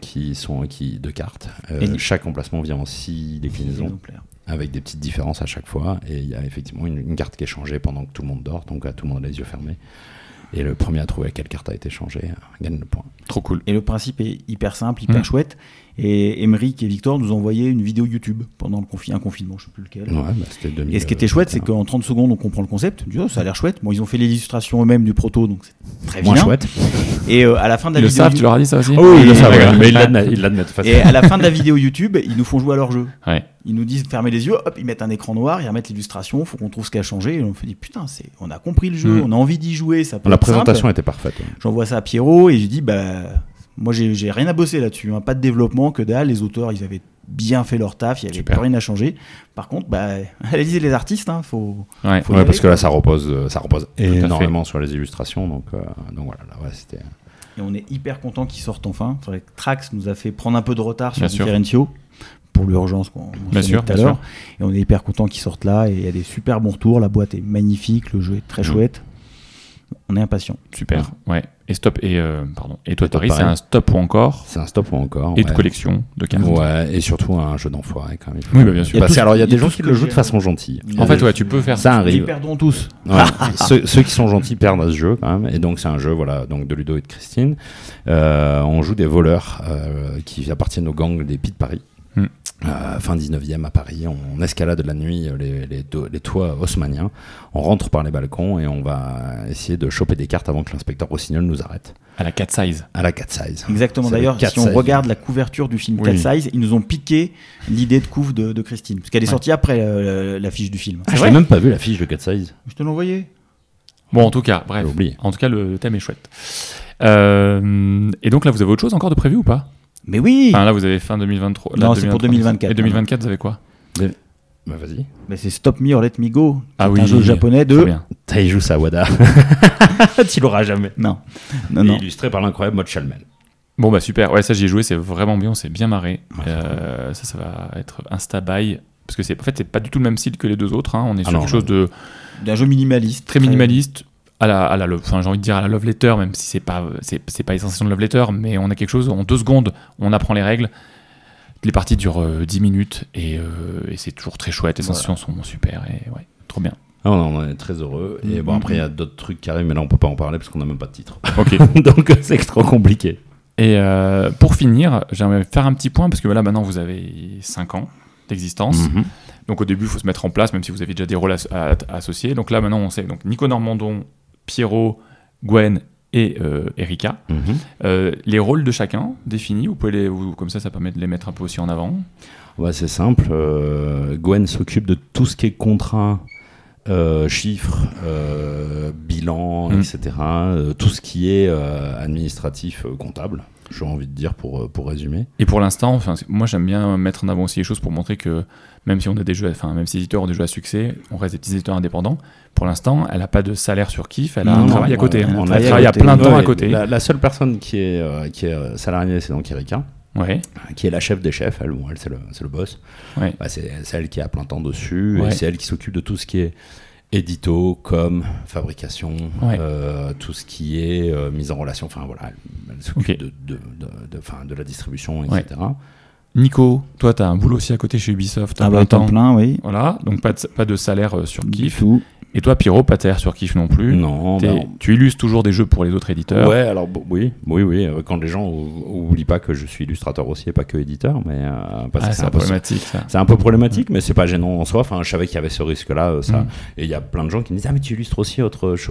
de cartes. Chaque emplacement vient en 6 déclinaisons, avec des petites différences à chaque fois. Et il y a effectivement une carte qui est changée pendant que tout le monde dort, donc tout le monde a les yeux fermés. Et le premier à trouver quelle carte a été changée gagne le point. Trop cool. Et le principe est hyper simple, hyper chouette. Et Émeric et Victor nous ont envoyé une vidéo YouTube pendant un confinement, je ne sais plus lequel. C'était 2000, et ce qui était chouette, c'est qu'en 30 secondes, on comprend le concept. On dit, ça a l'air chouette. Bon, ils ont fait l'illustration eux-mêmes du proto, donc c'est très bien. Moins chouette. Et à la fin de la vidéo. Tu leur as dit ça aussi? Oui, ils le savent, mais ils l'admettent facilement. Et à la fin de la vidéo YouTube, ils nous font jouer à leur jeu. Ouais. Ils nous disent fermez les yeux, hop, ils mettent un écran noir, ils remettent l'illustration, il faut qu'on trouve ce qui a changé. Et on fait putain, on a compris le jeu, on a envie d'y jouer. Ça peut la être présentation simple. était parfaite. Ouais. J'envoie ça à Pierrot et je dis moi j'ai rien à bosser là-dessus, pas de développement, que dalle. Les auteurs, ils avaient bien fait leur taf, il n'y avait plus rien à changer. Par contre, allez-y les artistes, faut parce que là ça repose énormément sur les illustrations, donc voilà, c'était. Et on est hyper content qu'ils sortent enfin. C'est vrai que Trax nous a fait prendre un peu de retard sur Differentio pour l'urgence qu'on mentionnait tout à l'heure. Et on est hyper content qu'ils sortent là, et il y a des super bons retours. La boîte est magnifique, le jeu est très chouette. On est impatient. Super. Ouais. Et Toits de Paris, c'est un stop ou encore. C'est un stop ou encore. Et de collection de cartes. Ouais, et surtout un jeu d'enfoiré quand même. Oui, bien sûr. Parce qu'il y a des gens qui le jouent de façon gentille. En fait, tu peux faire ça. Arrive. Ils perdront tous. Ouais. ceux qui sont gentils perdent à ce jeu quand même. Et donc c'est un jeu donc de Ludo et de Christine. On joue des voleurs qui appartiennent au gang des Pies de Paris. Fin 19e à Paris, on escalade la nuit les toits haussmanniens, on rentre par les balcons et on va essayer de choper des cartes avant que l'inspecteur Rossignol nous arrête. À la Cat Size. Exactement. D'ailleurs, si on regarde la couverture du film Cat Size, ils nous ont piqué l'idée de couve de Christine, parce qu'elle est sortie après l'affiche du film. Je n'ai même pas vu l'affiche de Cat Size. Je te l'ai envoyé. Bon, en tout cas, bref. En tout cas, le thème est chouette. Et donc là, vous avez autre chose encore de prévu ou pas? Mais oui. Là, vous avez fin 2023. Non, c'est pour 2024. Et 2024, vous avez quoi? Vas-y. C'est Stop Me or Let Me Go. Un jeu japonais de Taiju Sawada. Tu l'auras jamais. Non. Illustré par l'incroyable Maud Chalmel. Bon, super. Ouais, ça, j'y ai joué. C'est vraiment bien. On s'est bien marré. Ça va être Insta-buy. Parce que c'est pas du tout le même style que les deux autres. On est sur quelque chose d'un jeu minimaliste. Très minimaliste. J'ai envie de dire à la Love Letter, même si c'est pas les sensations de Love Letter, mais on a quelque chose, en 2 secondes, on apprend les règles. Les parties durent 10 minutes et c'est toujours très chouette, les sensations sont super et trop bien. On est très heureux. Et après, il y a d'autres trucs qui arrivent, mais là, on peut pas en parler parce qu'on n'a même pas de titre. Ok. Donc, c'est trop compliqué. Et pour finir, j'aimerais faire un petit point parce que maintenant, vous avez 5 ans d'existence. Donc, au début, il faut se mettre en place, même si vous avez déjà des rôles associés. Donc là, maintenant, on sait. Donc, Nico Normandon, Pierrot, Gwen et Erika. Les rôles de chacun définis, comme ça permet de les mettre un peu aussi en avant. Ouais, c'est simple. Gwen s'occupe de tout ce qui est contrat, chiffres, bilan, etc. Tout ce qui est administratif, comptable. J'ai envie de dire pour résumer. Et pour l'instant, moi j'aime bien mettre en avant aussi les choses pour montrer que même si on a des jeux, même si les éditeurs ont des jeux à succès, on reste des petits éditeurs indépendants. Pour l'instant, elle n'a pas de salaire sur Kiff, elle a un travail à côté. Elle travaille à plein temps à côté. La seule personne qui est salariée, c'est donc Erika. Ouais. Qui est la chef des chefs. Elle c'est le boss. Ouais. C'est elle qui est à plein temps dessus. Ouais. Et c'est elle qui s'occupe de tout ce qui est édito, com, fabrication, tout ce qui est mise en relation. Enfin voilà, elle s'occupe de la distribution, etc. Ouais. Nico, toi, tu as un boulot aussi à côté chez Ubisoft. Temps plein, oui. Voilà, donc pas de salaire sur Kiff. Et toi, Pierrot, pas de salaire sur Kiff non plus. Non. Tu illustres toujours des jeux pour les autres éditeurs. Ouais, alors oui. Quand les gens n'oublient pas que je suis illustrateur aussi et pas que éditeur, mais parce que c'est problématique. Ça. C'est un peu problématique, mais c'est pas gênant en soi. Enfin, je savais qu'il y avait ce risque-là, ça. Et il y a plein de gens qui me disent mais tu illustres aussi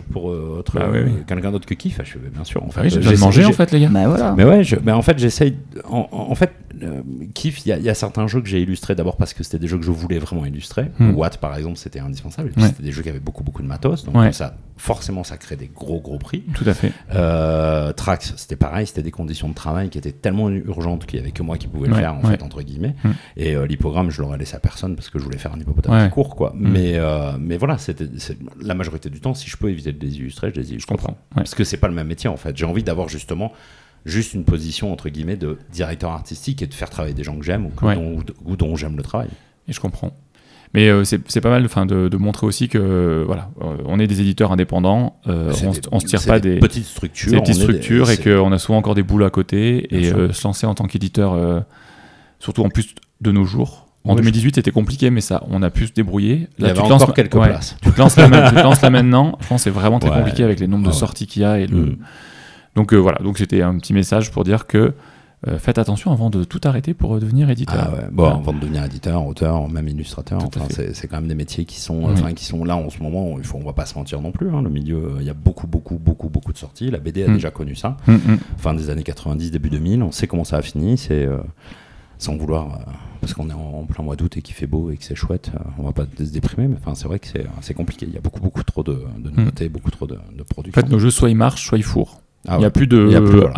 quelqu'un d'autre que Kiff. Je fais bien sûr. En fait, j'ai besoin de manger en fait, les gars. Voilà. Mais ouais, en fait, j'essaye. En fait. Kiff, il y a certains jeux que j'ai illustrés d'abord parce que c'était des jeux que je voulais vraiment illustrer. Watt par exemple, c'était indispensable. C'était des jeux qui avaient beaucoup de matos, donc forcément ça crée des gros prix. Tout à fait. Trax, c'était pareil, c'était des conditions de travail qui étaient tellement urgentes qu'il y avait que moi qui pouvais le faire en fait, entre guillemets. Et l'hippogramme, je l'aurais laissé à personne parce que je voulais faire un hippopotame qui court quoi. Mais voilà, c'était la majorité du temps, si je peux éviter de les illustrer, je les illustre. Je comprends. Parce que c'est pas le même métier en fait. J'ai envie d'avoir justement juste une position entre guillemets de directeur artistique et de faire travailler des gens que j'aime ou dont j'aime le travail. Et je comprends. Mais c'est pas mal de montrer aussi que voilà, on est des éditeurs indépendants, on se tire pas des petites structures, et qu'on a souvent encore des boulots à côté. Et se lancer en tant qu'éditeur, surtout en plus de nos jours. En 2018, c'était compliqué, mais ça, on a pu se débrouiller. Là, il y avait encore quelques places. Tu te lances là maintenant. Je pense que c'est vraiment très compliqué avec les nombres de sorties qu'il y a et Donc voilà, donc c'était un petit message pour dire que faites attention avant de tout arrêter pour devenir éditeur. Avant de devenir éditeur, auteur, même illustrateur, c'est quand même des métiers qui sont là en ce moment. On va pas se mentir non plus. Le milieu, il y a beaucoup de sorties. La BD a déjà connu ça. Fin des années 90, début 2000, on sait comment ça a fini. C'est sans vouloir, parce qu'on est en plein mois d'août et qu'il fait beau et que c'est chouette, on va pas se déprimer, mais c'est vrai que c'est compliqué. Il y a beaucoup trop de nouveautés, beaucoup trop de production. En fait, nos jeux, soit ils marchent, soit ils fourent. Il n'y a plus de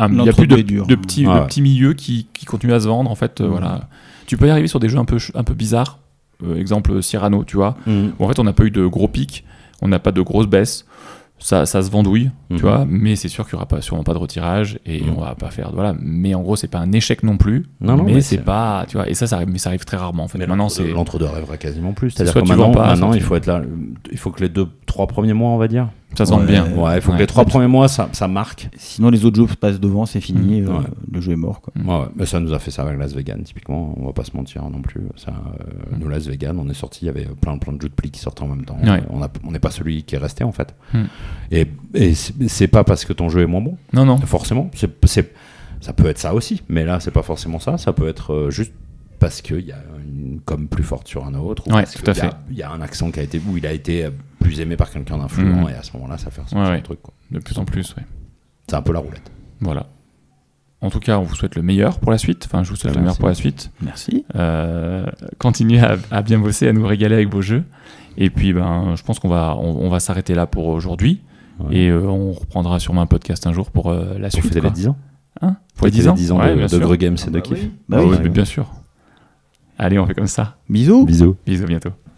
petits milieux qui continuent à se vendre en fait. Voilà. Tu peux y arriver sur des jeux un peu bizarres, exemple Cyrano, tu vois, où en fait on n'a pas eu de gros pics, on n'a pas de grosses baisses, ça se vendouille, tu vois, mais c'est sûr qu'il n'y aura sûrement pas de retirage et on va pas faire mais en gros c'est pas un échec non plus, mais c'est pas, tu vois, et ça arrive très rarement en fait. Mais maintenant l'entre-deux arrivera quasiment plus, c'est-à-dire que maintenant il faut être là, il faut que les 2-3 premiers mois on va dire ça sent bien. Ouais, il faut que les 3 premiers mois ça marque. Sinon les autres jeux passent devant, c'est fini, le jeu est mort quoi. Mais ça nous a fait ça avec Las Vegas typiquement, on va pas se mentir non plus. Nous Las Vegas, on est sorti, il y avait plein de jeux de pli qui sortaient en même temps. On n'est pas celui qui est resté en fait. Et c'est pas parce que ton jeu est moins bon. Non. Forcément, ça peut être ça aussi, mais là c'est pas forcément ça. Ça peut être juste parce qu'il y a une com plus forte sur un autre, ou parce qu'il y a un accent où il a été plus aimé par quelqu'un d'influent, et à ce moment-là, ça fait un truc. Quoi. De plus en plus, c'est un peu la roulette. Voilà. En tout cas, on vous souhaite le meilleur pour la suite. Enfin, je vous souhaite le meilleur pour la suite. Merci. Continuez à bien bosser, à nous régaler avec vos jeux. Et puis, je pense qu'on va s'arrêter là pour aujourd'hui. Et on reprendra sûrement un podcast un jour pour la suite. Pour fêter les 10 ans. Pour les 10 ans de Greux Games et de Kiff. Bien sûr. Allez, on fait comme ça. Bisous. Bisous, bientôt.